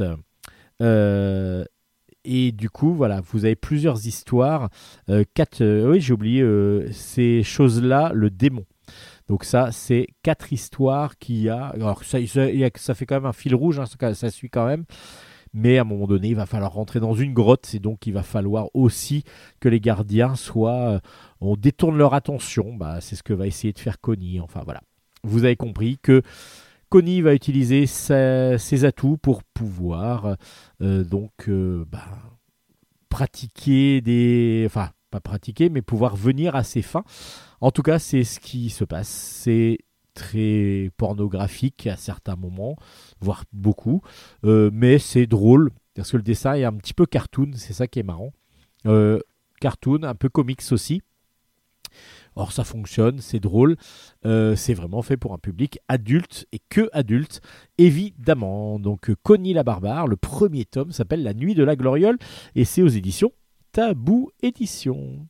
Et du coup, voilà, vous avez plusieurs histoires. Oui, j'ai oublié ces choses-là, le démon. Donc ça, c'est 4 histoires qu'il y a. Alors ça fait quand même un fil rouge, hein, ça suit quand même. Mais à un moment donné, il va falloir rentrer dans une grotte. Et donc, il va falloir aussi que les gardiens on détourne leur attention. C'est ce que va essayer de faire Connie. Enfin, voilà. Vous avez compris que Connie va utiliser ses atouts pour pouvoir pratiquer pas pratiquer, mais pouvoir venir à ses fins. En tout cas, c'est ce qui se passe. C'est très pornographique à certains moments, voire beaucoup, mais c'est drôle, parce que le dessin est un petit peu cartoon, c'est ça qui est marrant. Cartoon, un peu comics aussi. Or ça fonctionne, c'est drôle, c'est vraiment fait pour un public adulte et que adulte, évidemment. Donc Connie la Barbare, le premier tome s'appelle La Nuit de la Gloriole et c'est aux éditions Tabou Édition.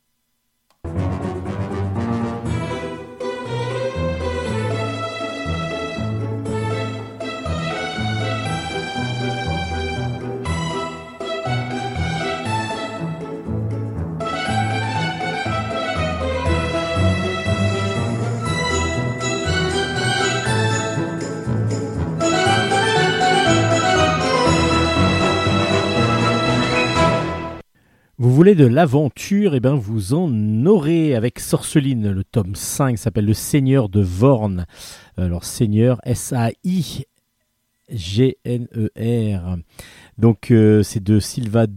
Vous voulez de l'aventure, et bien vous en aurez avec Sorceline. Le tome 5 s'appelle Le Seigneur de Vorn. Alors Seigneur, S-A-I-G-N-E-R. Donc c'est de Sylvia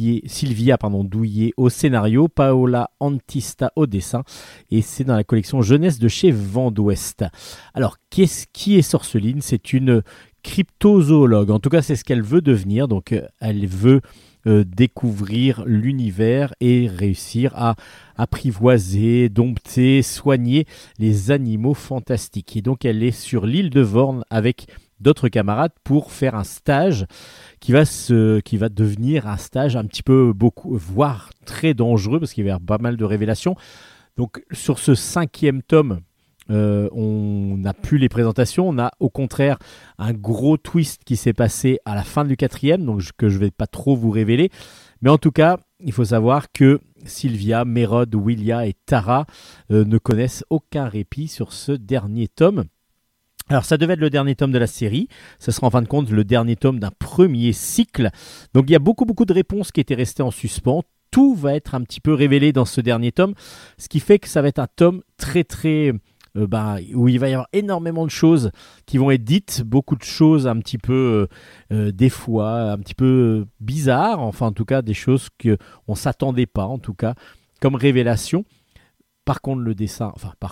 Douillet au scénario, Paola Antista au dessin, et c'est dans la collection jeunesse de chez Vent d'Ouest. Alors qui est Sorceline ? C'est une cryptozoologue. En tout cas, c'est ce qu'elle veut devenir. Donc elle veut découvrir l'univers et réussir à apprivoiser, dompter, soigner les animaux fantastiques. Et donc elle est sur l'île de Vorn avec d'autres camarades pour faire un stage qui va devenir un stage un petit peu voire très dangereux parce qu'il va y avoir pas mal de révélations. Donc sur ce 5e tome, on n'a plus les présentations, on a au contraire un gros twist qui s'est passé à la fin du 4e, donc que je ne vais pas trop vous révéler, mais en tout cas il faut savoir que Sylvia, Mérode, Willia et Tara ne connaissent aucun répit sur ce dernier tome. Alors ça devait être le dernier tome de la série, ça sera en fin de compte le dernier tome d'un premier cycle, donc il y a beaucoup de réponses qui étaient restées en suspens. Tout va être un petit peu révélé dans ce dernier tome, ce qui fait que ça va être un tome très où il va y avoir énormément de choses qui vont être dites, beaucoup de choses un petit peu des fois un petit peu bizarres, enfin en tout cas des choses qu'on ne s'attendait pas en tout cas comme révélation. Par contre le dessin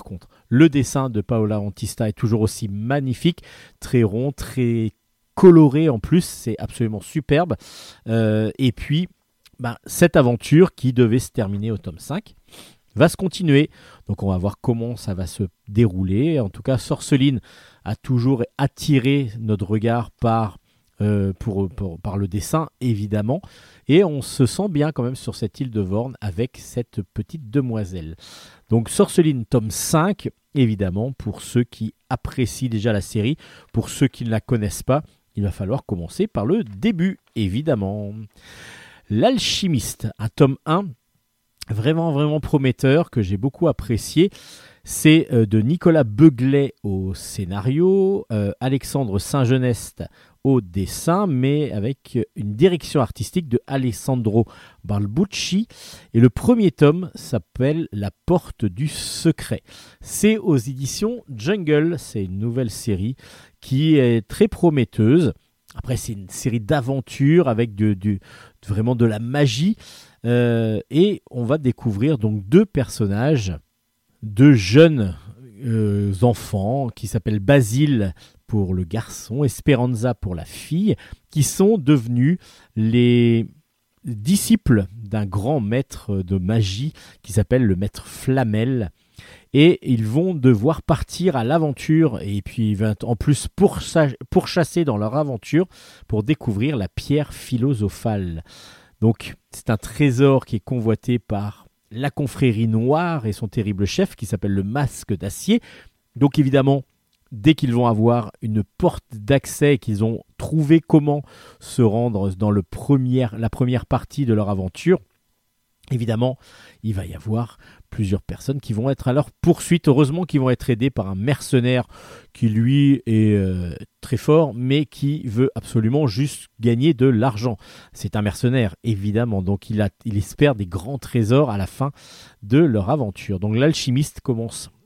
de Paola Antista est toujours aussi magnifique, très rond, très coloré en plus, c'est absolument superbe. Et puis cette aventure qui devait se terminer au tome 5 va se continuer, donc on va voir comment ça va se dérouler. En tout cas, Sorceline a toujours attiré notre regard par le dessin, évidemment, et on se sent bien quand même sur cette île de Vorn avec cette petite demoiselle. Donc Sorceline, tome 5, évidemment, pour ceux qui apprécient déjà la série, pour ceux qui ne la connaissent pas, il va falloir commencer par le début, évidemment. L'Alchimiste, un tome 1, vraiment prometteur, que j'ai beaucoup apprécié. C'est de Nicolas Beuglet au scénario, Alexandre Saint-Genest au dessin, mais avec une direction artistique de Alessandro Balbucci. Et le premier tome s'appelle La Porte du Secret. C'est aux éditions Jungle, c'est une nouvelle série qui est très prometteuse. Après, c'est une série d'aventures avec vraiment de la magie. Et on va découvrir donc deux personnages, deux jeunes enfants qui s'appellent Basile pour le garçon, Esperanza pour la fille, qui sont devenus les disciples d'un grand maître de magie qui s'appelle le maître Flamel. Et ils vont devoir partir à l'aventure et puis en plus pourchasser dans leur aventure pour découvrir la pierre philosophale. Donc c'est un trésor qui est convoité par la confrérie noire et son terrible chef qui s'appelle le Masque d'Acier. Donc évidemment, dès qu'ils vont avoir une porte d'accès, qu'ils ont trouvé comment se rendre dans la première partie de leur aventure, évidemment, il va y avoir plusieurs personnes qui vont être à leur poursuite. Heureusement qu'ils vont être aidés par un mercenaire qui, lui, est très fort, mais qui veut absolument juste gagner de l'argent. C'est un mercenaire, évidemment. Donc, il espère des grands trésors à la fin de leur aventure. Donc, l'alchimiste commence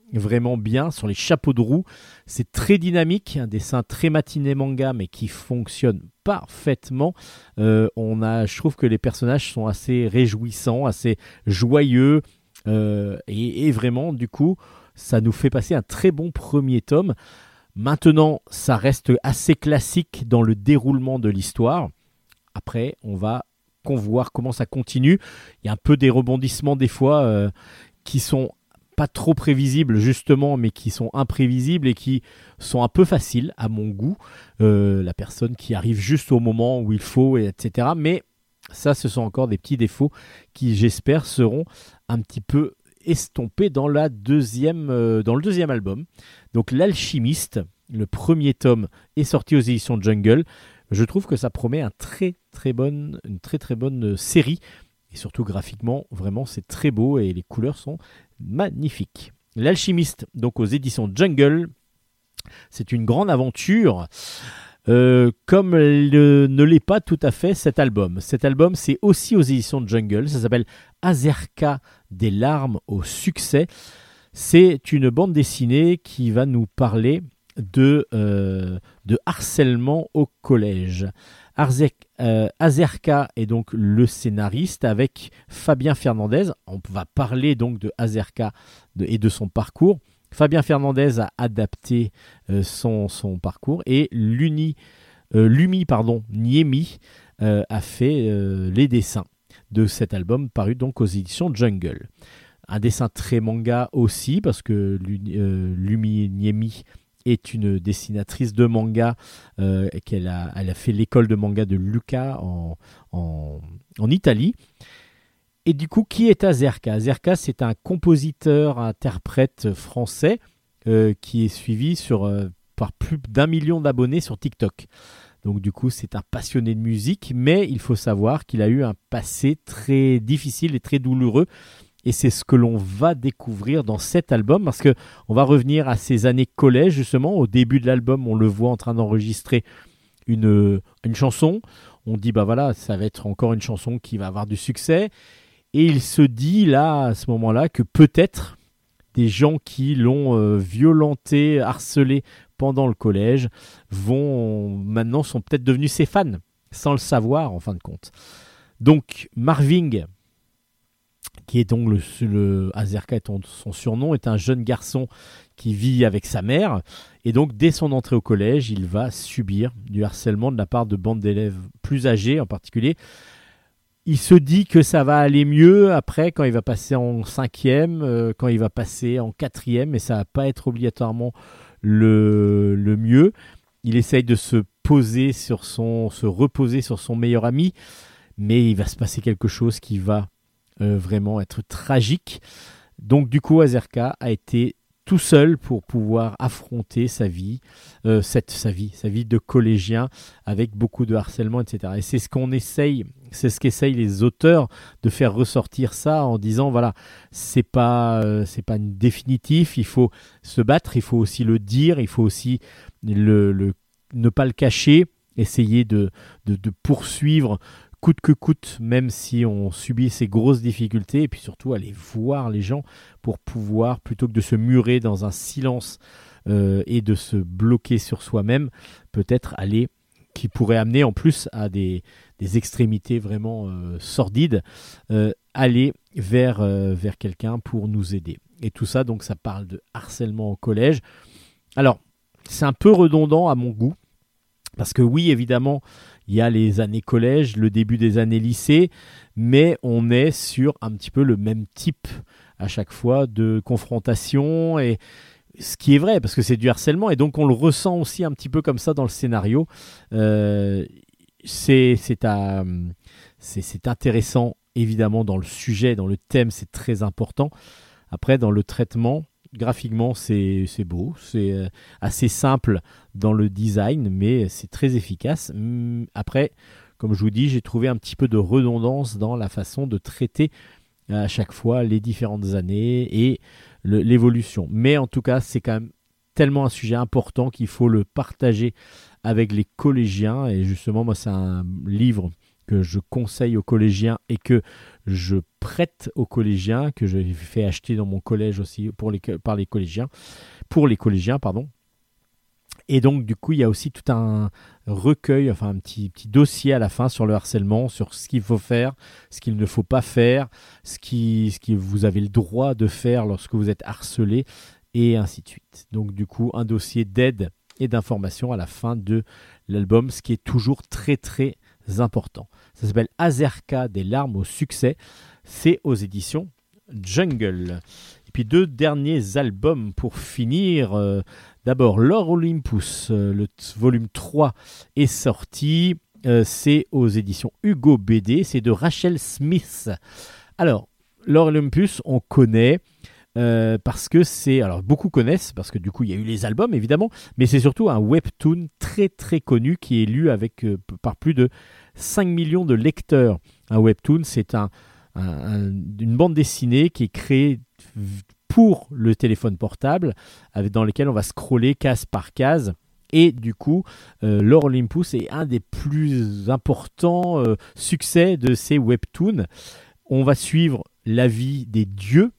vraiment bien sur les chapeaux de roue. C'est très dynamique, un dessin très matiné manga, mais qui fonctionne parfaitement. Je trouve que les personnages sont assez réjouissants, assez joyeux, et vraiment, du coup, ça nous fait passer un très bon premier tome. Maintenant, ça reste assez classique dans le déroulement de l'histoire. Après, on va voir comment ça continue. Il y a un peu des rebondissements des fois qui sont pas trop prévisibles justement, mais qui sont imprévisibles et qui sont un peu faciles à mon goût. La personne qui arrive juste au moment où il faut, etc. Mais ça, ce sont encore des petits défauts qui, j'espère, seront un petit peu estompés dans le deuxième album. Donc L'Alchimiste, le premier tome, est sorti aux éditions Jungle. Je trouve que ça promet une très très bonne série. Et surtout graphiquement, vraiment c'est très beau et les couleurs sont magnifiques. L'Alchimiste, donc aux éditions Jungle, c'est une grande aventure. Comme ne l'est pas tout à fait cet album. Cet album, c'est aussi aux éditions Jungle. Ça s'appelle Azerka, des larmes au succès. C'est une bande dessinée qui va nous parler de harcèlement au collège. Azerka est donc le scénariste avec Fabien Fernandez. On va parler donc de Azerka et de son parcours. Fabien Fernandez a adapté son parcours et Lumi Niemi a fait les dessins de cet album paru donc aux éditions Jungle. Un dessin très manga aussi parce que Lumi Niemi est une dessinatrice de manga, elle a fait l'école de manga de Lucca en Italie. Et du coup, qui est Azerka ? Azerka, c'est un compositeur-interprète français qui est suivi par plus d'1 million d'abonnés sur TikTok. Donc du coup, c'est un passionné de musique, mais il faut savoir qu'il a eu un passé très difficile et très douloureux. Et c'est ce que l'on va découvrir dans cet album, parce qu'on va revenir à ses années collège, justement. Au début de l'album, on le voit en train d'enregistrer une chanson. On dit, bah voilà, ça va être encore une chanson qui va avoir du succès. Et il se dit là, à ce moment-là, que peut-être des gens qui l'ont violenté, harcelé pendant le collège, maintenant sont peut-être devenus ses fans, sans le savoir en fin de compte. Donc Marvin, qui est donc Azerka est son surnom, est un jeune garçon qui vit avec sa mère. Et donc dès son entrée au collège, il va subir du harcèlement de la part de bandes d'élèves plus âgés en particulier. Il se dit que ça va aller mieux après quand il va passer en 5e, quand il va passer en 4e, mais ça va pas être obligatoirement le mieux. Il essaye de se reposer sur son meilleur ami, mais il va se passer quelque chose qui va vraiment être tragique. Donc du coup, Azerka a été tout seul pour pouvoir affronter sa vie de collégien avec beaucoup de harcèlement, etc. Et c'est ce qu'essayent les auteurs de faire ressortir ça en disant voilà, c'est pas définitif, il faut se battre, il faut aussi le dire, il faut aussi ne pas le cacher, essayer de poursuivre coûte que coûte, même si on subit ces grosses difficultés, et puis surtout aller voir les gens pour pouvoir, plutôt que de se murer dans un silence et de se bloquer sur soi-même, peut-être aller, qui pourrait amener en plus à des extrémités vraiment sordides, aller vers quelqu'un pour nous aider. Et tout ça, donc ça parle de harcèlement au collège. Alors, c'est un peu redondant à mon goût, parce que oui, évidemment, il y a les années collège, le début des années lycée, mais on est sur un petit peu le même type à chaque fois de confrontation, et ce qui est vrai, parce que c'est du harcèlement, et donc on le ressent aussi un petit peu comme ça dans le scénario. C'est intéressant, évidemment, dans le sujet, dans le thème, c'est très important. Après, dans le traitement, graphiquement, c'est beau, c'est assez simple dans le design, mais c'est très efficace. Après, comme je vous dis, j'ai trouvé un petit peu de redondance dans la façon de traiter à chaque fois les différentes années et l'évolution. Mais en tout cas, c'est quand même tellement un sujet important qu'il faut le partager avec les collégiens. Et justement, moi, c'est un livre que je conseille aux collégiens et que je prête aux collégiens, que je fais acheter dans mon collège aussi pour les collégiens, pardon. Et donc, du coup, il y a aussi tout un recueil, enfin un petit dossier à la fin sur le harcèlement, sur ce qu'il faut faire, ce qu'il ne faut pas faire, ce que vous avez le droit de faire lorsque vous êtes harcelé, et ainsi de suite. Donc, du coup, un dossier d'aide et d'information à la fin de l'album, ce qui est toujours très, très important. Ça s'appelle Azerka, des larmes au succès. C'est aux éditions Jungle. Et puis 2 derniers albums pour finir. D'abord, Lore Olympus, le volume 3 est sorti. C'est aux éditions Hugo BD. C'est de Rachel Smith. Alors, Lore Olympus, on connaît parce que c'est... Alors, beaucoup connaissent parce que du coup, il y a eu les albums, évidemment. Mais c'est surtout un webtoon très, très connu qui est lu par plus de 5 millions de lecteurs. Un webtoon, c'est une bande dessinée qui est créée pour le téléphone portable, dans lequel on va scroller case par case. Et du coup, Lore Olympus est un des plus importants succès de ces webtoons. On va suivre la vie des dieux,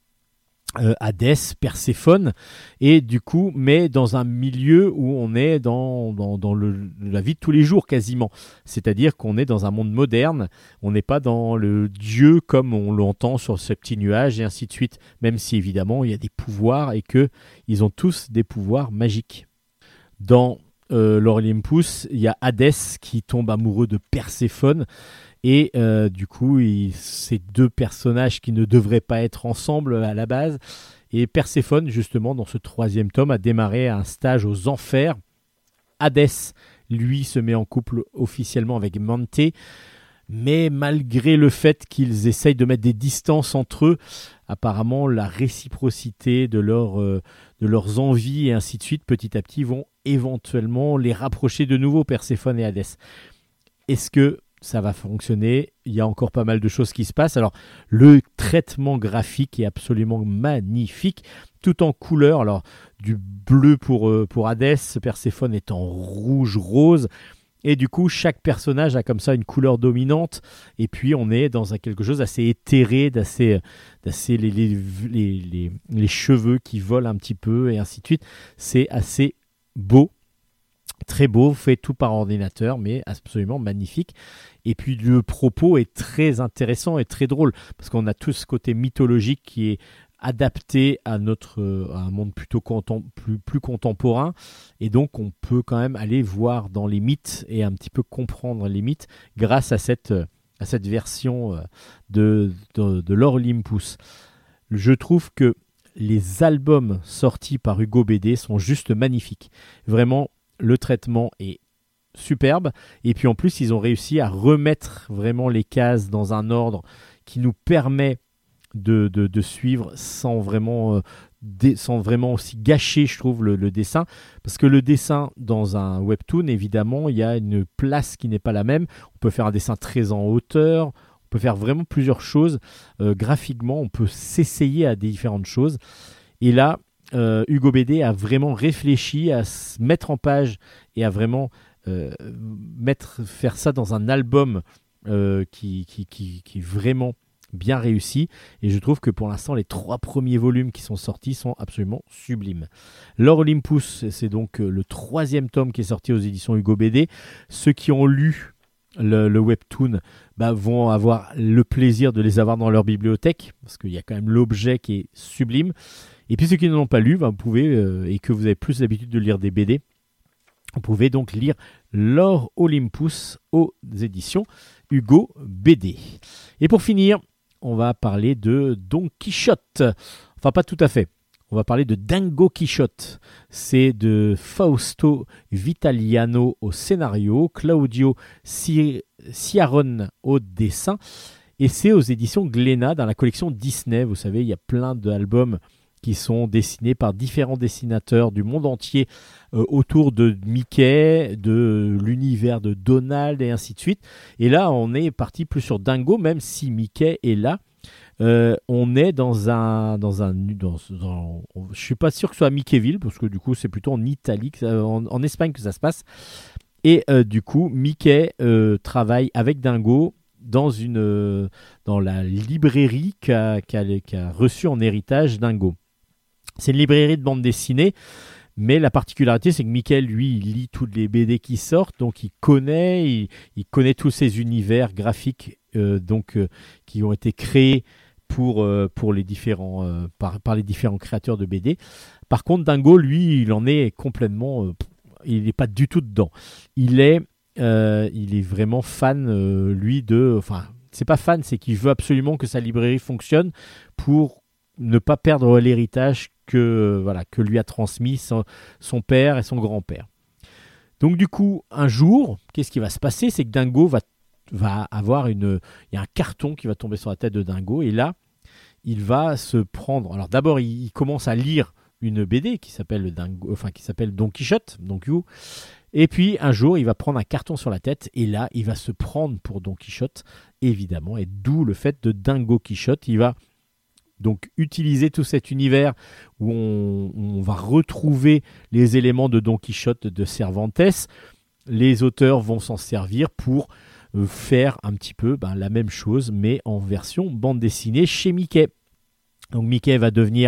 Hadès, Perséphone, et du coup, mais dans un milieu où on est dans la vie de tous les jours quasiment. C'est-à-dire qu'on est dans un monde moderne, on n'est pas dans le dieu comme on l'entend sur ce petit nuage et ainsi de suite, même si évidemment il y a des pouvoirs et qu'ils ont tous des pouvoirs magiques. Dans Lore Olympus, il y a Hadès qui tombe amoureux de Perséphone. Et du coup, ces 2 personnages qui ne devraient pas être ensemble à la base. Et Perséphone, justement, dans ce 3e tome, a démarré un stage aux enfers. Hadès, lui, se met en couple officiellement avec Manté. Mais malgré le fait qu'ils essayent de mettre des distances entre eux, apparemment, la réciprocité de leurs envies et ainsi de suite, petit à petit, vont éventuellement les rapprocher de nouveau, Perséphone et Hadès. Est-ce que ça va fonctionner? Il y a encore pas mal de choses qui se passent. Alors, le traitement graphique est absolument magnifique, tout en couleur. Alors, du bleu pour Hadès, Perséphone est en rouge-rose. Et du coup, chaque personnage a comme ça une couleur dominante. Et puis, on est dans quelque chose d'assez éthéré, d'assez les cheveux qui volent un petit peu, et ainsi de suite. C'est assez beau. Très beau, fait tout par ordinateur, mais absolument magnifique. Et puis le propos est très intéressant et très drôle, parce qu'on a tout ce côté mythologique qui est adapté à un monde plutôt plus contemporain. Et donc on peut quand même aller voir dans les mythes et un petit peu comprendre les mythes grâce à cette version de Lore Olympus. Je trouve que les albums sortis par Hugo BD sont juste magnifiques. Vraiment, le traitement est superbe, et puis en plus ils ont réussi à remettre vraiment les cases dans un ordre qui nous permet de suivre sans vraiment aussi gâcher, je trouve, le dessin, parce que le dessin dans un webtoon, évidemment, il y a une place qui n'est pas la même. On peut faire un dessin très en hauteur, on peut faire vraiment plusieurs choses graphiquement, on peut s'essayer à des différentes choses, et là Hugo BD a vraiment réfléchi à se mettre en page et à vraiment faire ça dans un album qui est vraiment bien réussi. Et je trouve que pour l'instant, les 3 premiers volumes qui sont sortis sont absolument sublimes. Lore Olympus, c'est donc le 3e tome qui est sorti aux éditions Hugo BD. Ceux qui ont lu le webtoon vont avoir le plaisir de les avoir dans leur bibliothèque, parce qu'il y a quand même l'objet qui est sublime. Et puis ceux qui ne l'ont pas lu, vous pouvez, et que vous avez plus l'habitude de lire des BD, vous pouvez donc lire Lore Olympus aux éditions Hugo BD. Et pour finir, on va parler de Don Quichotte. Enfin, pas tout à fait. On va parler de Dingo Quichotte. C'est de Fausto Vitaliano au scénario, Claudio Ciaron au dessin. Et c'est aux éditions Glénat dans la collection Disney. Vous savez, il y a plein d'albums qui sont dessinés par différents dessinateurs du monde entier autour de Mickey, de l'univers de Donald et ainsi de suite. Et là, on est parti plus sur Dingo, même si Mickey est là. On est je suis pas sûr que ce soit à Mickeyville, parce que du coup c'est plutôt en Italie, en Espagne que ça se passe. Et du coup, Mickey travaille avec Dingo dans la librairie qu'a reçue en héritage Dingo. C'est une librairie de bande dessinée, mais la particularité, c'est que Mickey, lui, il lit toutes les BD qui sortent, donc il connaît tous ces univers graphiques qui ont été créés pour les différents par les différents créateurs de BD. Par contre, Dingo, lui, il en est complètement, il n'est pas du tout dedans. Il est vraiment fan, lui, c'est pas fan, c'est qu'il veut absolument que sa librairie fonctionne pour ne pas perdre l'héritage que lui a transmis son père et son grand-père. Donc du coup, un jour, qu'est-ce qui va se passer? C'est que Dingo va avoir il y a un carton qui va tomber sur la tête de Dingo, et là, il va se prendre. Alors d'abord, il commence à lire une BD qui s'appelle Don Quichotte, et puis un jour, il va prendre un carton sur la tête, et là, il va se prendre pour Don Quichotte, évidemment, et d'où le fait de Dingo Quichotte. Il va donc utiliser tout cet univers où on va retrouver les éléments de Don Quichotte de Cervantes. Les auteurs vont s'en servir pour faire un petit peu la même chose, mais en version bande dessinée chez Mickey. Donc Mickey va devenir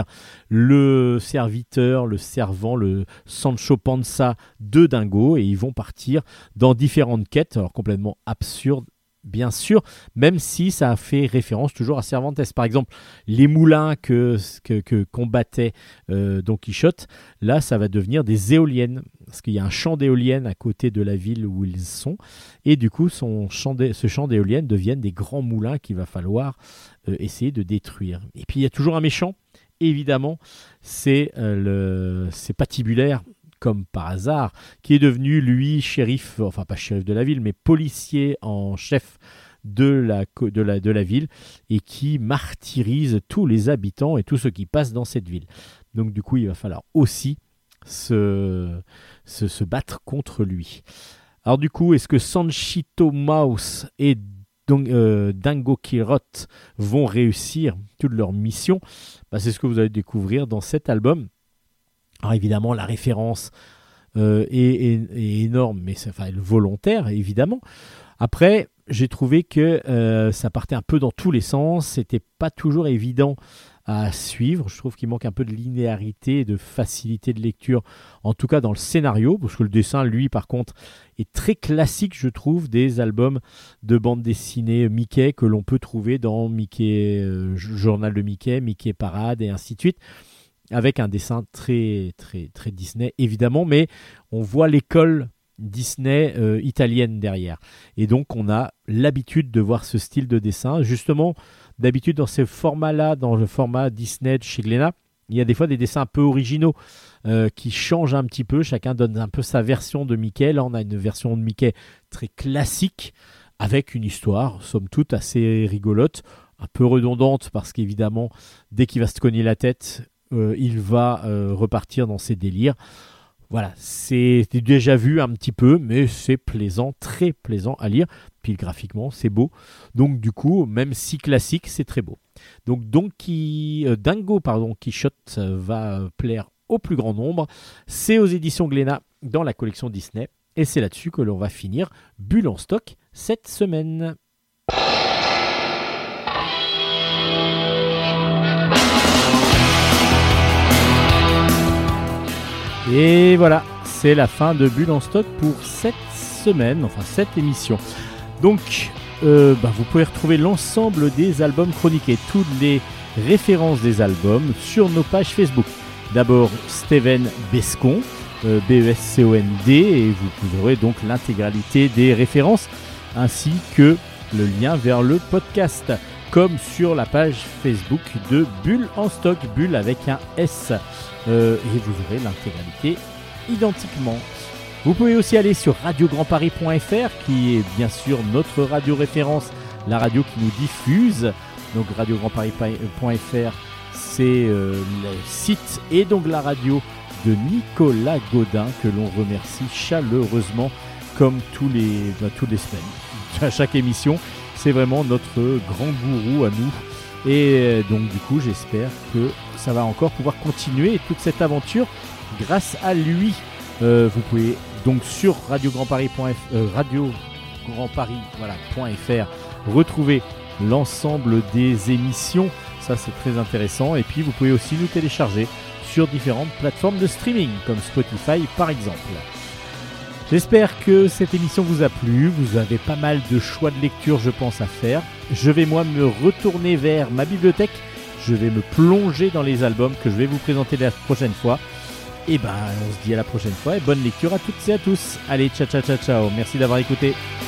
le serviteur, le servant, le Sancho Panza de Dingo, et ils vont partir dans différentes quêtes, alors complètement absurdes, bien sûr, même si ça a fait référence toujours à Cervantes. Par exemple, les moulins que combattait Don Quichotte, là, ça va devenir des éoliennes, parce qu'il y a un champ d'éoliennes à côté de la ville où ils sont, et du coup, ce champ d'éoliennes deviennent des grands moulins qu'il va falloir essayer de détruire. Et puis, il y a toujours un méchant, évidemment, c'est Patibulaire, comme par hasard, qui est devenu, lui, shérif, enfin pas shérif de la ville, mais policier en chef de la ville, et qui martyrise tous les habitants et tous ceux qui passent dans cette ville. Donc du coup, il va falloir aussi se battre contre lui. Alors du coup, est-ce que Sanchito Mouse et Dingo Quichotte vont réussir toute leur mission? C'est ce que vous allez découvrir dans cet album. Alors évidemment, la référence est énorme, mais c'est volontaire, évidemment. Après, j'ai trouvé que ça partait un peu dans tous les sens. C'était pas toujours évident à suivre. Je trouve qu'il manque un peu de linéarité et de facilité de lecture, en tout cas dans le scénario, parce que le dessin, lui, par contre, est très classique, je trouve, des albums de bande dessinée Mickey que l'on peut trouver dans Mickey, Journal de Mickey, Mickey Parade et ainsi de suite, avec un dessin très, très, très Disney, évidemment, mais on voit l'école Disney italienne derrière. Et donc, on a l'habitude de voir ce style de dessin. Justement, d'habitude, dans ces formats-là, dans le format Disney de chez Glénat, il y a des fois des dessins un peu originaux qui changent un petit peu. Chacun donne un peu sa version de Mickey. Là, on a une version de Mickey très classique, avec une histoire, somme toute, assez rigolote, un peu redondante, parce qu'évidemment, dès qu'il va se cogner la tête, il va repartir dans ses délires. Voilà, c'est déjà vu un petit peu, mais c'est plaisant, très plaisant à lire. Puis graphiquement, c'est beau. Donc du coup, même si classique, c'est très beau. Donc Dingo Quichotte va plaire au plus grand nombre. C'est aux éditions Glénat dans la collection Disney. Et c'est là-dessus que l'on va finir Bulle en stock cette semaine. Et voilà, c'est la fin de Bulle en stock pour cette semaine, enfin cette émission. Donc, vous pouvez retrouver l'ensemble des albums chroniqués, toutes les références des albums sur nos pages Facebook. D'abord, Steven Bescond, B-E-S-C-O-N-D, et vous aurez donc l'intégralité des références, ainsi que le lien vers le podcast, comme sur la page Facebook de Bulle en stock, Bulle avec un S. Et vous aurez l'intégralité identiquement. Vous pouvez aussi aller sur radiograndparis.fr, qui est bien sûr notre radio référence, la radio qui nous diffuse. Donc radiograndparis.fr, c'est le site et donc la radio de Nicolas Godin, que l'on remercie chaleureusement comme toutes les semaines. À chaque émission, c'est vraiment notre grand gourou à nous. Et donc du coup, j'espère que ça va encore pouvoir continuer toute cette aventure grâce à lui. Vous pouvez donc sur radiograndparis.fr, retrouver l'ensemble des émissions. Ça, c'est très intéressant. Et puis, vous pouvez aussi nous télécharger sur différentes plateformes de streaming, comme Spotify par exemple. J'espère que cette émission vous a plu. Vous avez pas mal de choix de lecture, je pense, à faire. Je vais moi me retourner vers ma bibliothèque. Je vais me plonger dans les albums que je vais vous présenter la prochaine fois. Et on se dit à la prochaine fois et bonne lecture à toutes et à tous. Allez, ciao. Merci d'avoir écouté.